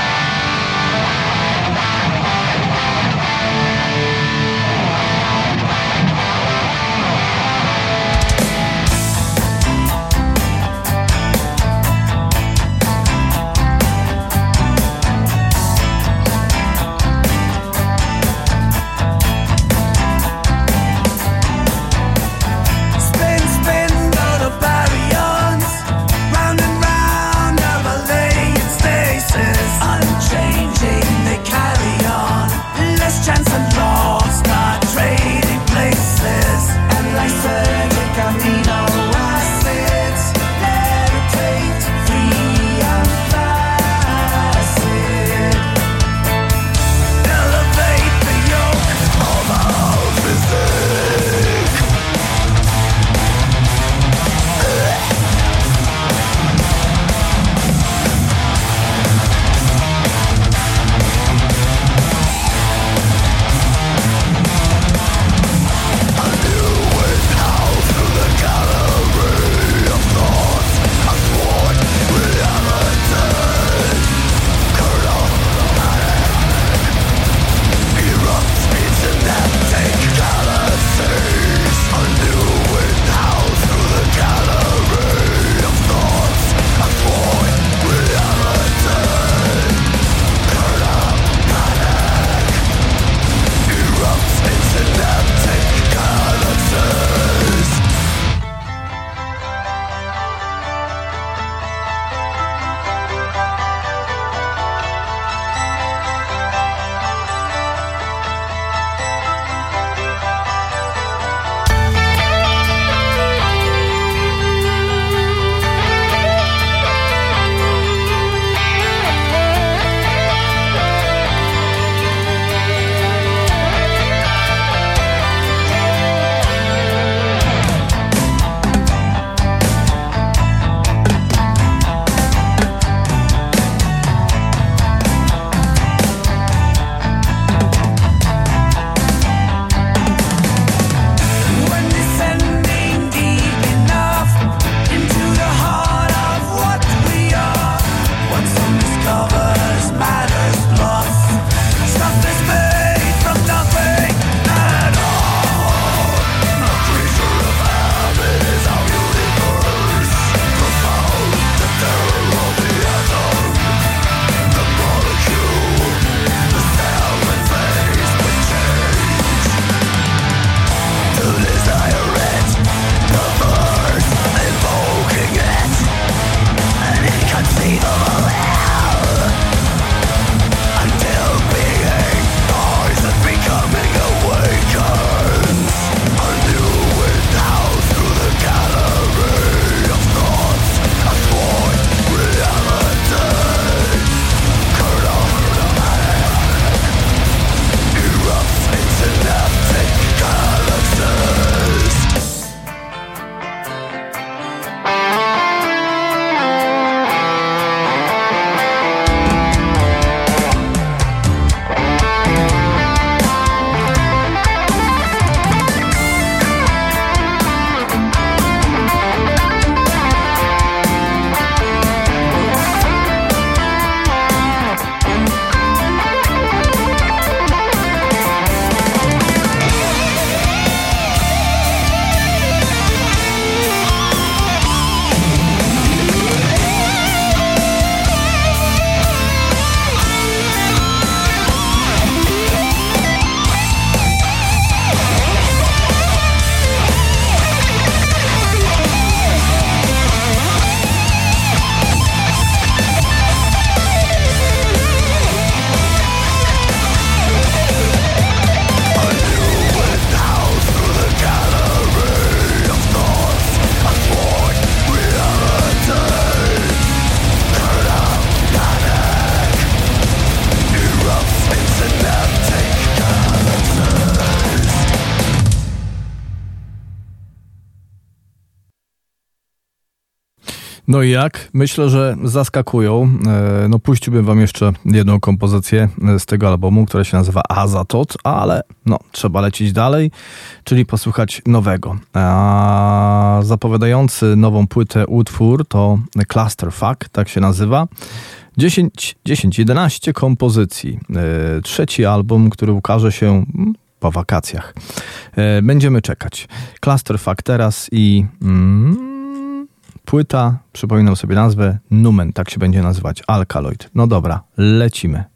No i jak? Myślę, że zaskakują. No puściłbym wam jeszcze jedną kompozycję z tego albumu, która się nazywa Azatot, ale no trzeba lecieć dalej, czyli posłuchać nowego. A zapowiadający nową płytę utwór to Clusterfuck, tak się nazywa. dziesięć, dziesięć, jedenaście kompozycji. Trzeci album, który ukaże się po wakacjach. Będziemy czekać. Clusterfuck teraz i mm, płyta, przypominam sobie nazwę, Numen, tak się będzie nazywać, Alkaloid. No dobra, lecimy.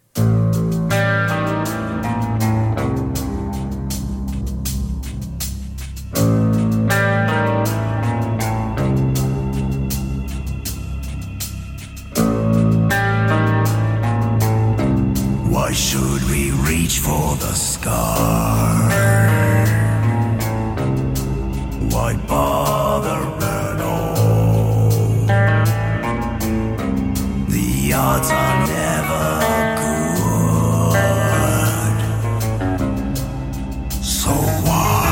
Why should we reach for the sky? Why bother at all? The odds are never good. So why?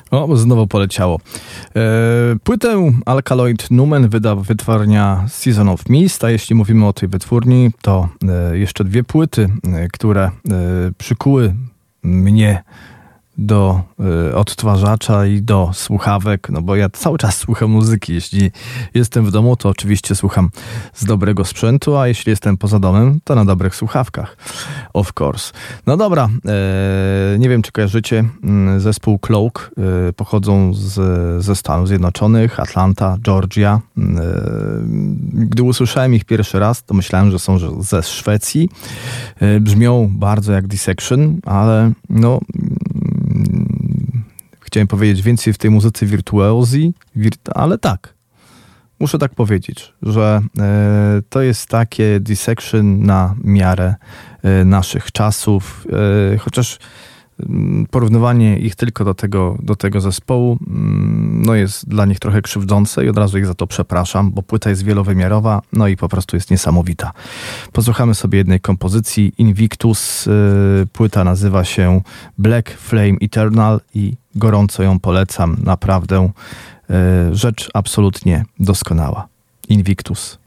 O, znowu poleciało. E, płytę Alkaloid Numen wyda wytwórnia Season of Mist, a jeśli mówimy o tej wytwórni, to e, jeszcze dwie płyty, e, które e, przykuły mnie do y, odtwarzacza i do słuchawek, no bo ja cały czas słucham muzyki. Jeśli jestem w domu, to oczywiście słucham z dobrego sprzętu, a jeśli jestem poza domem, to na dobrych słuchawkach. Of course. No dobra, e, nie wiem, czy kojarzycie zespół Cloak. E, pochodzą z, ze Stanów Zjednoczonych, Atlanta, Georgia. E, gdy usłyszałem ich pierwszy raz, to myślałem, że są ze Szwecji. E, brzmią bardzo jak Dissection, ale no chciałem powiedzieć więcej w tej muzyce wirtuozji, wirt- ale tak, muszę tak powiedzieć, że e, to jest takie Dissection na miarę e, naszych czasów, e, chociaż m, porównywanie ich tylko do tego, do tego zespołu m, no jest dla nich trochę krzywdzące i od razu ich za to przepraszam, bo płyta jest wielowymiarowa, no i po prostu jest niesamowita. Posłuchamy sobie jednej kompozycji, Invictus. E, płyta nazywa się Black Flame Eternal i gorąco ją polecam, naprawdę e, rzecz absolutnie doskonała. Invictus.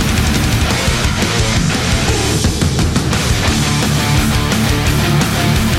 Thank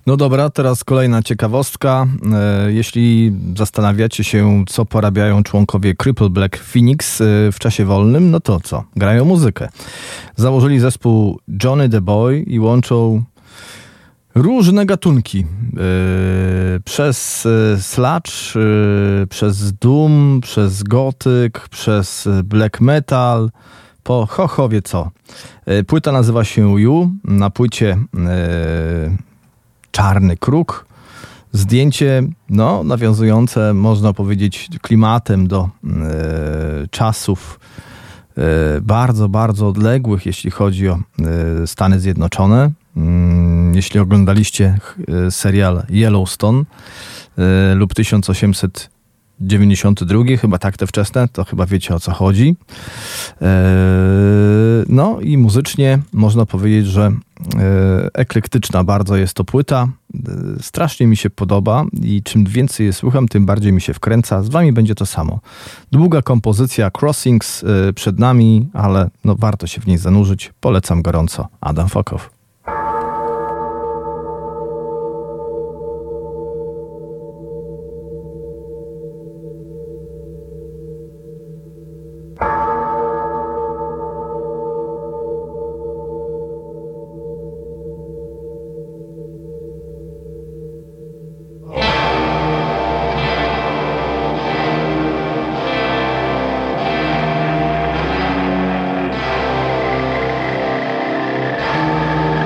No dobra, teraz kolejna ciekawostka. E, Jeśli zastanawiacie się, co porabiają członkowie Cripple Black Phoenix e, w czasie wolnym, no to co? Grają muzykę. Założyli zespół Johnny the Boy i łączą różne gatunki. E, Przez e, sludge, e, przez doom, przez gotyk, przez black metal, po chochowie co. E, Płyta nazywa się You. Na płycie e, Czarny Kruk. Zdjęcie, no, nawiązujące, można powiedzieć, klimatem do e, czasów e, bardzo, bardzo odległych, jeśli chodzi o e, Stany Zjednoczone. Mm, jeśli oglądaliście e, serial Yellowstone e, lub tysiąc osiemset dziewięćdziesiąty drugi, chyba tak te wczesne, to chyba wiecie, o co chodzi. No i muzycznie można powiedzieć, że eklektyczna bardzo jest to płyta. Strasznie mi się podoba i czym więcej je słucham, tym bardziej mi się wkręca. Z wami będzie to samo. Długa kompozycja Crossings przed nami, ale no warto się w niej zanurzyć. Polecam gorąco. Adam Fokow. Thank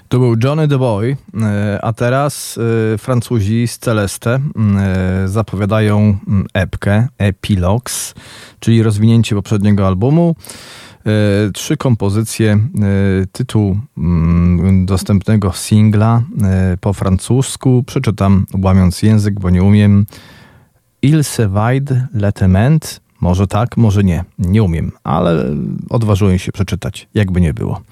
To był Johnny the Boy, a teraz Francuzi z Celeste zapowiadają epkę, Epilogues, czyli rozwinięcie poprzedniego albumu. Trzy kompozycje, tytuł dostępnego singla po francusku. Przeczytam, łamiąc język, bo nie umiem. Il se vide lettement. Może tak, może nie. Nie umiem, ale odważyłem się przeczytać, jakby nie było.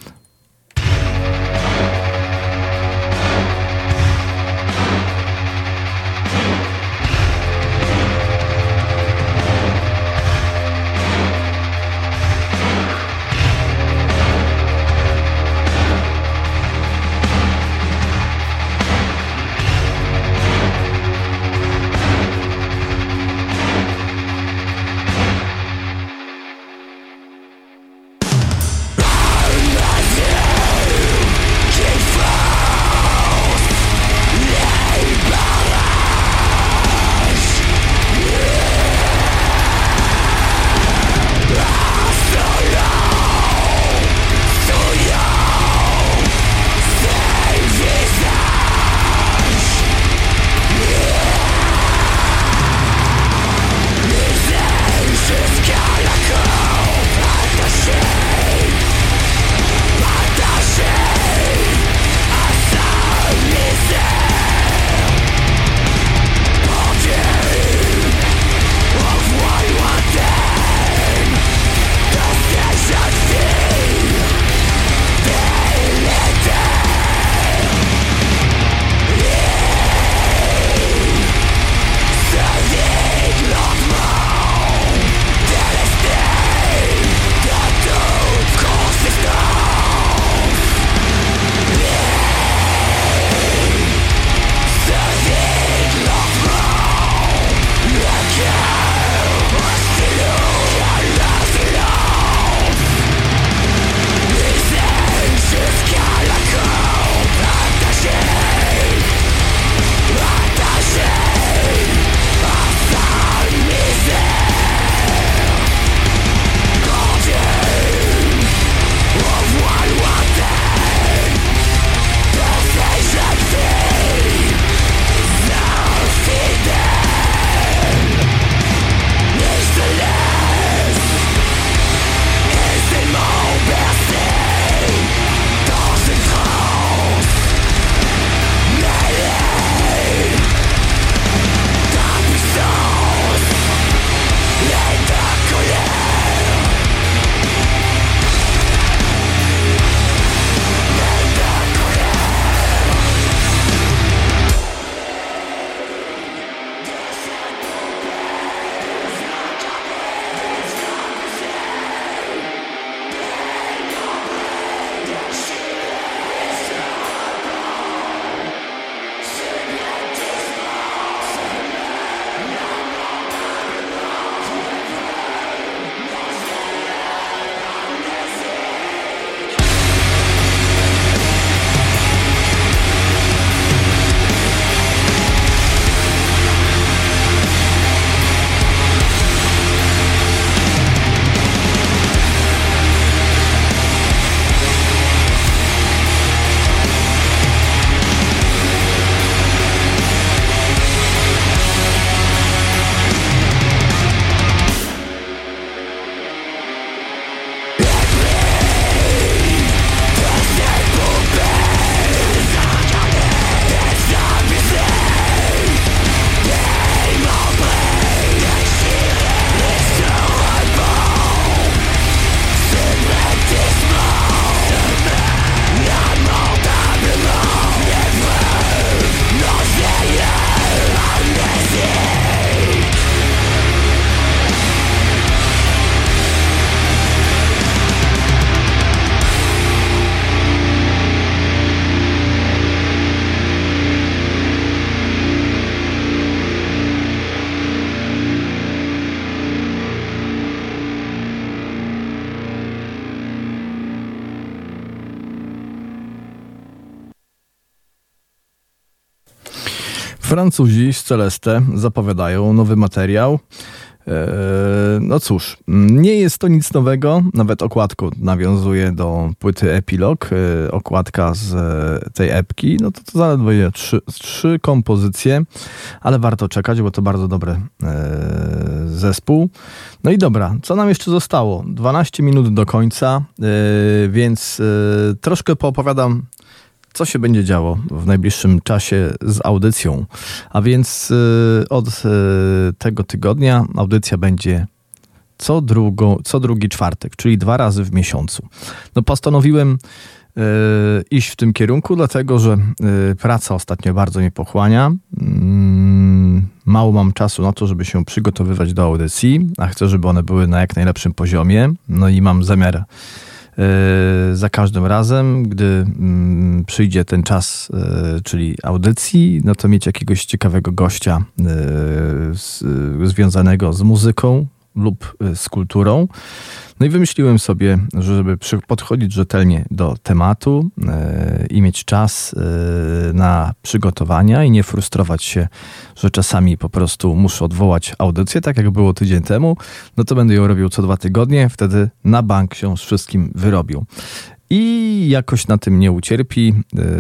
Francuzi z Celeste zapowiadają nowy materiał. No cóż, nie jest to nic nowego, nawet okładką nawiązuje do płyty Epilog, okładka z tej epki, no to, to zaledwie trzy, trzy kompozycje, ale warto czekać, bo to bardzo dobry zespół. No i dobra, co nam jeszcze zostało? dwanaście minut do końca, więc troszkę poopowiadam, co się będzie działo w najbliższym czasie z audycją. A więc y, od y, tego tygodnia audycja będzie co, drugo, co drugi czwartek, czyli dwa razy w miesiącu. No postanowiłem y, iść w tym kierunku, dlatego że y, praca ostatnio bardzo mnie pochłania. Y, mało mam czasu na to, żeby się przygotowywać do audycji, a chcę, żeby one były na jak najlepszym poziomie. No i mam zamiar za każdym razem, gdy mm, przyjdzie ten czas, y, czyli audycji, no to mieć jakiegoś ciekawego gościa y, z, y, związanego z muzyką lub y, z kulturą. No i wymyśliłem sobie, że żeby przy, podchodzić rzetelnie do tematu y, i mieć czas y, na przygotowania i nie frustrować się, że czasami po prostu muszę odwołać audycję, tak jak było tydzień temu, no to będę ją robił co dwa tygodnie, wtedy na bank się z wszystkim wyrobił. I jakoś na tym nie ucierpi,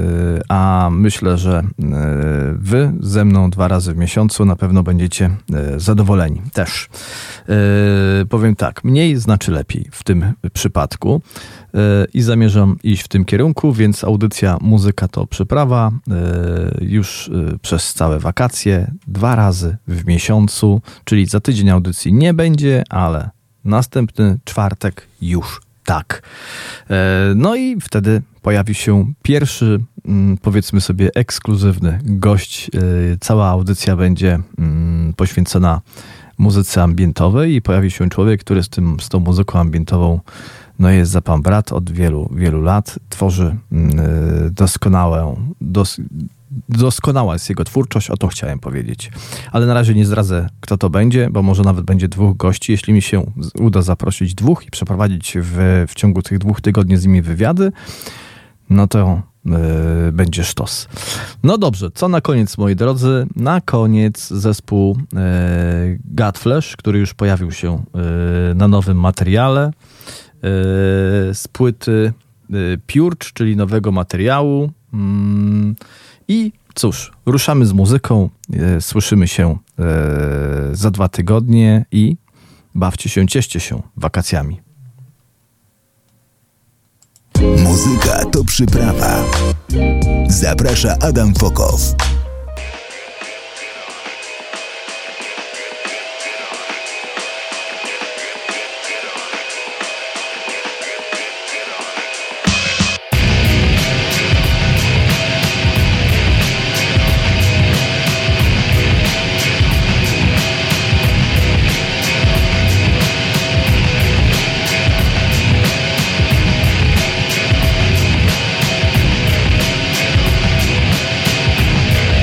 a myślę, że wy ze mną dwa razy w miesiącu na pewno będziecie zadowoleni też. Powiem tak, mniej znaczy lepiej w tym przypadku i zamierzam iść w tym kierunku, więc audycja Muzyka to przyprawa już przez całe wakacje, dwa razy w miesiącu, czyli za tydzień audycji nie będzie, ale następny czwartek już tak. No i wtedy pojawi się pierwszy, powiedzmy sobie, ekskluzywny gość. Cała audycja będzie poświęcona muzyce ambientowej i pojawi się człowiek, który z, tym, z tą muzyką ambientową no jest za pan brat od wielu, wielu lat. Tworzy doskonałą, dos, doskonała jest jego twórczość, o to chciałem powiedzieć. Ale na razie nie zdradzę, kto to będzie, bo może nawet będzie dwóch gości. Jeśli mi się uda zaprosić dwóch i przeprowadzić w, w ciągu tych dwóch tygodni z nimi wywiady, no to yy, będzie sztos. No dobrze, co na koniec, moi drodzy? Na koniec zespół yy, Godflesh, który już pojawił się yy, na nowym materiale yy, z płyty yy, Purge, czyli nowego materiału. Yy, I cóż, ruszamy z muzyką, e, słyszymy się e, za dwa tygodnie i bawcie się, cieszcie się wakacjami. Muzyka to przyprawa. Zaprasza Adam Fokow. Thank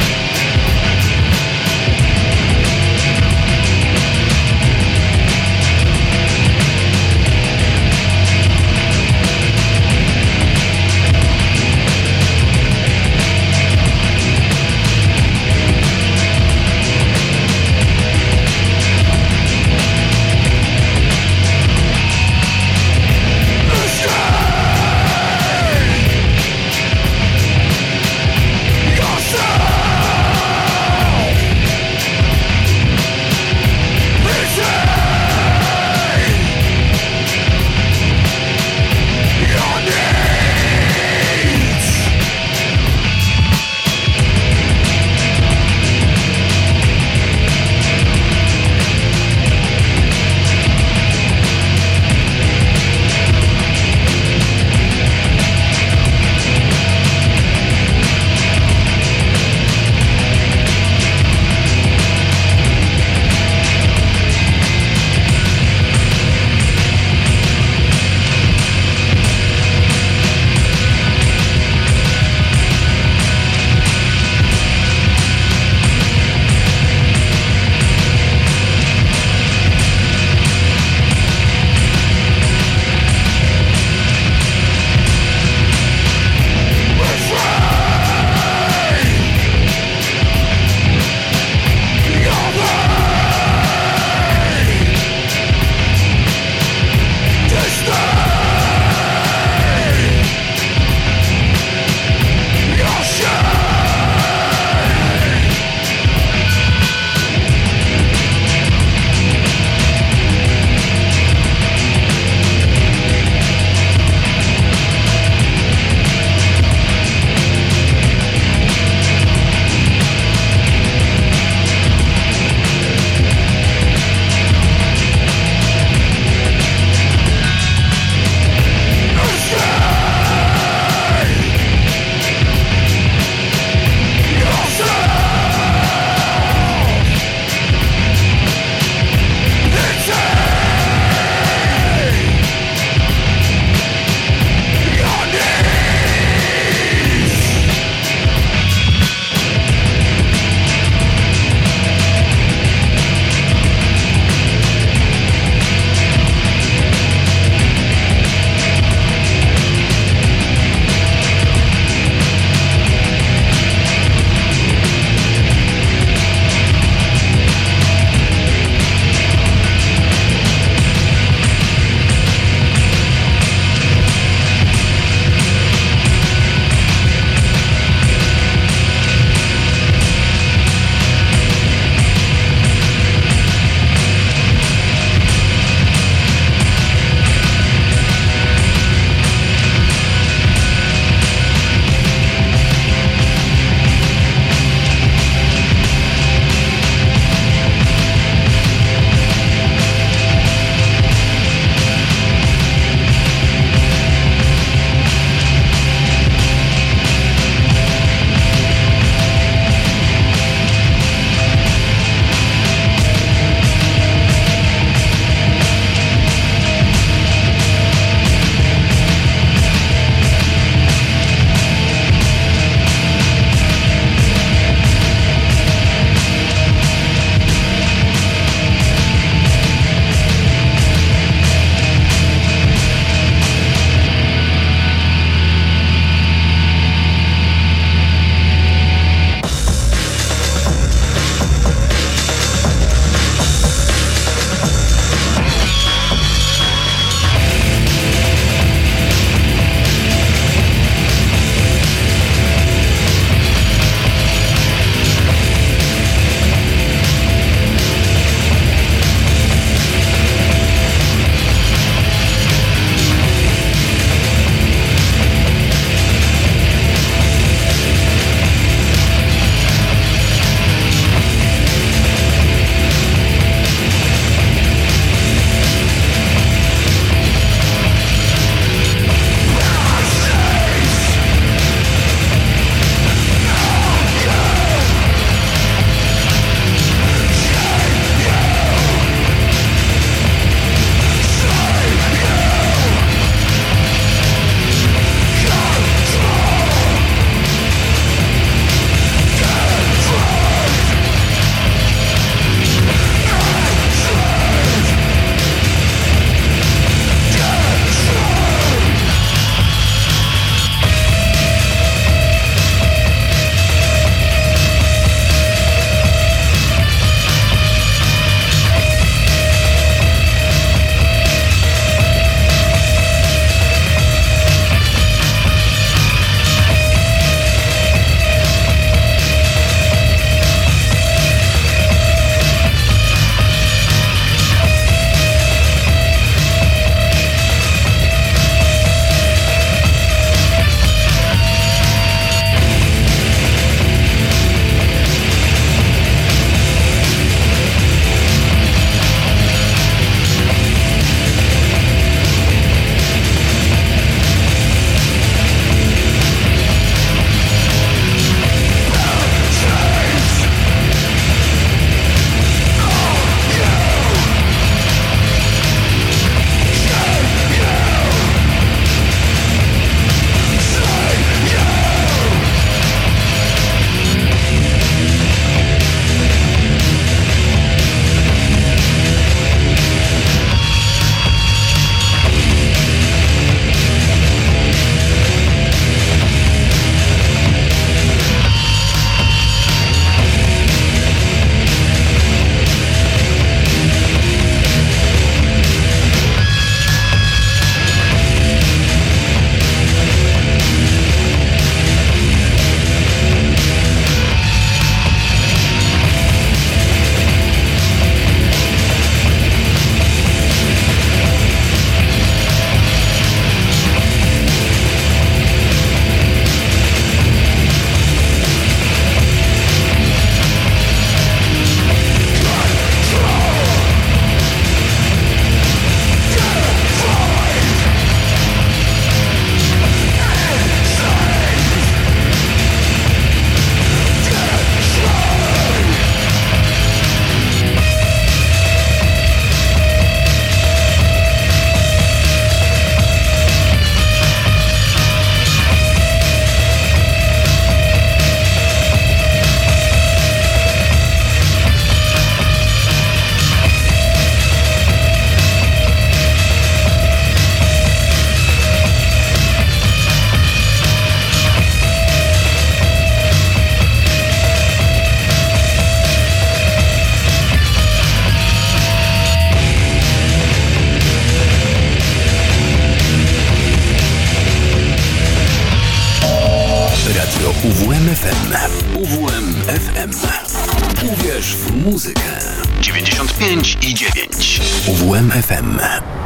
Radio U W M F M. U W M F M. Uwierz w muzykę. dziewięćdziesiąt pięć i dziewięć. U W M F M.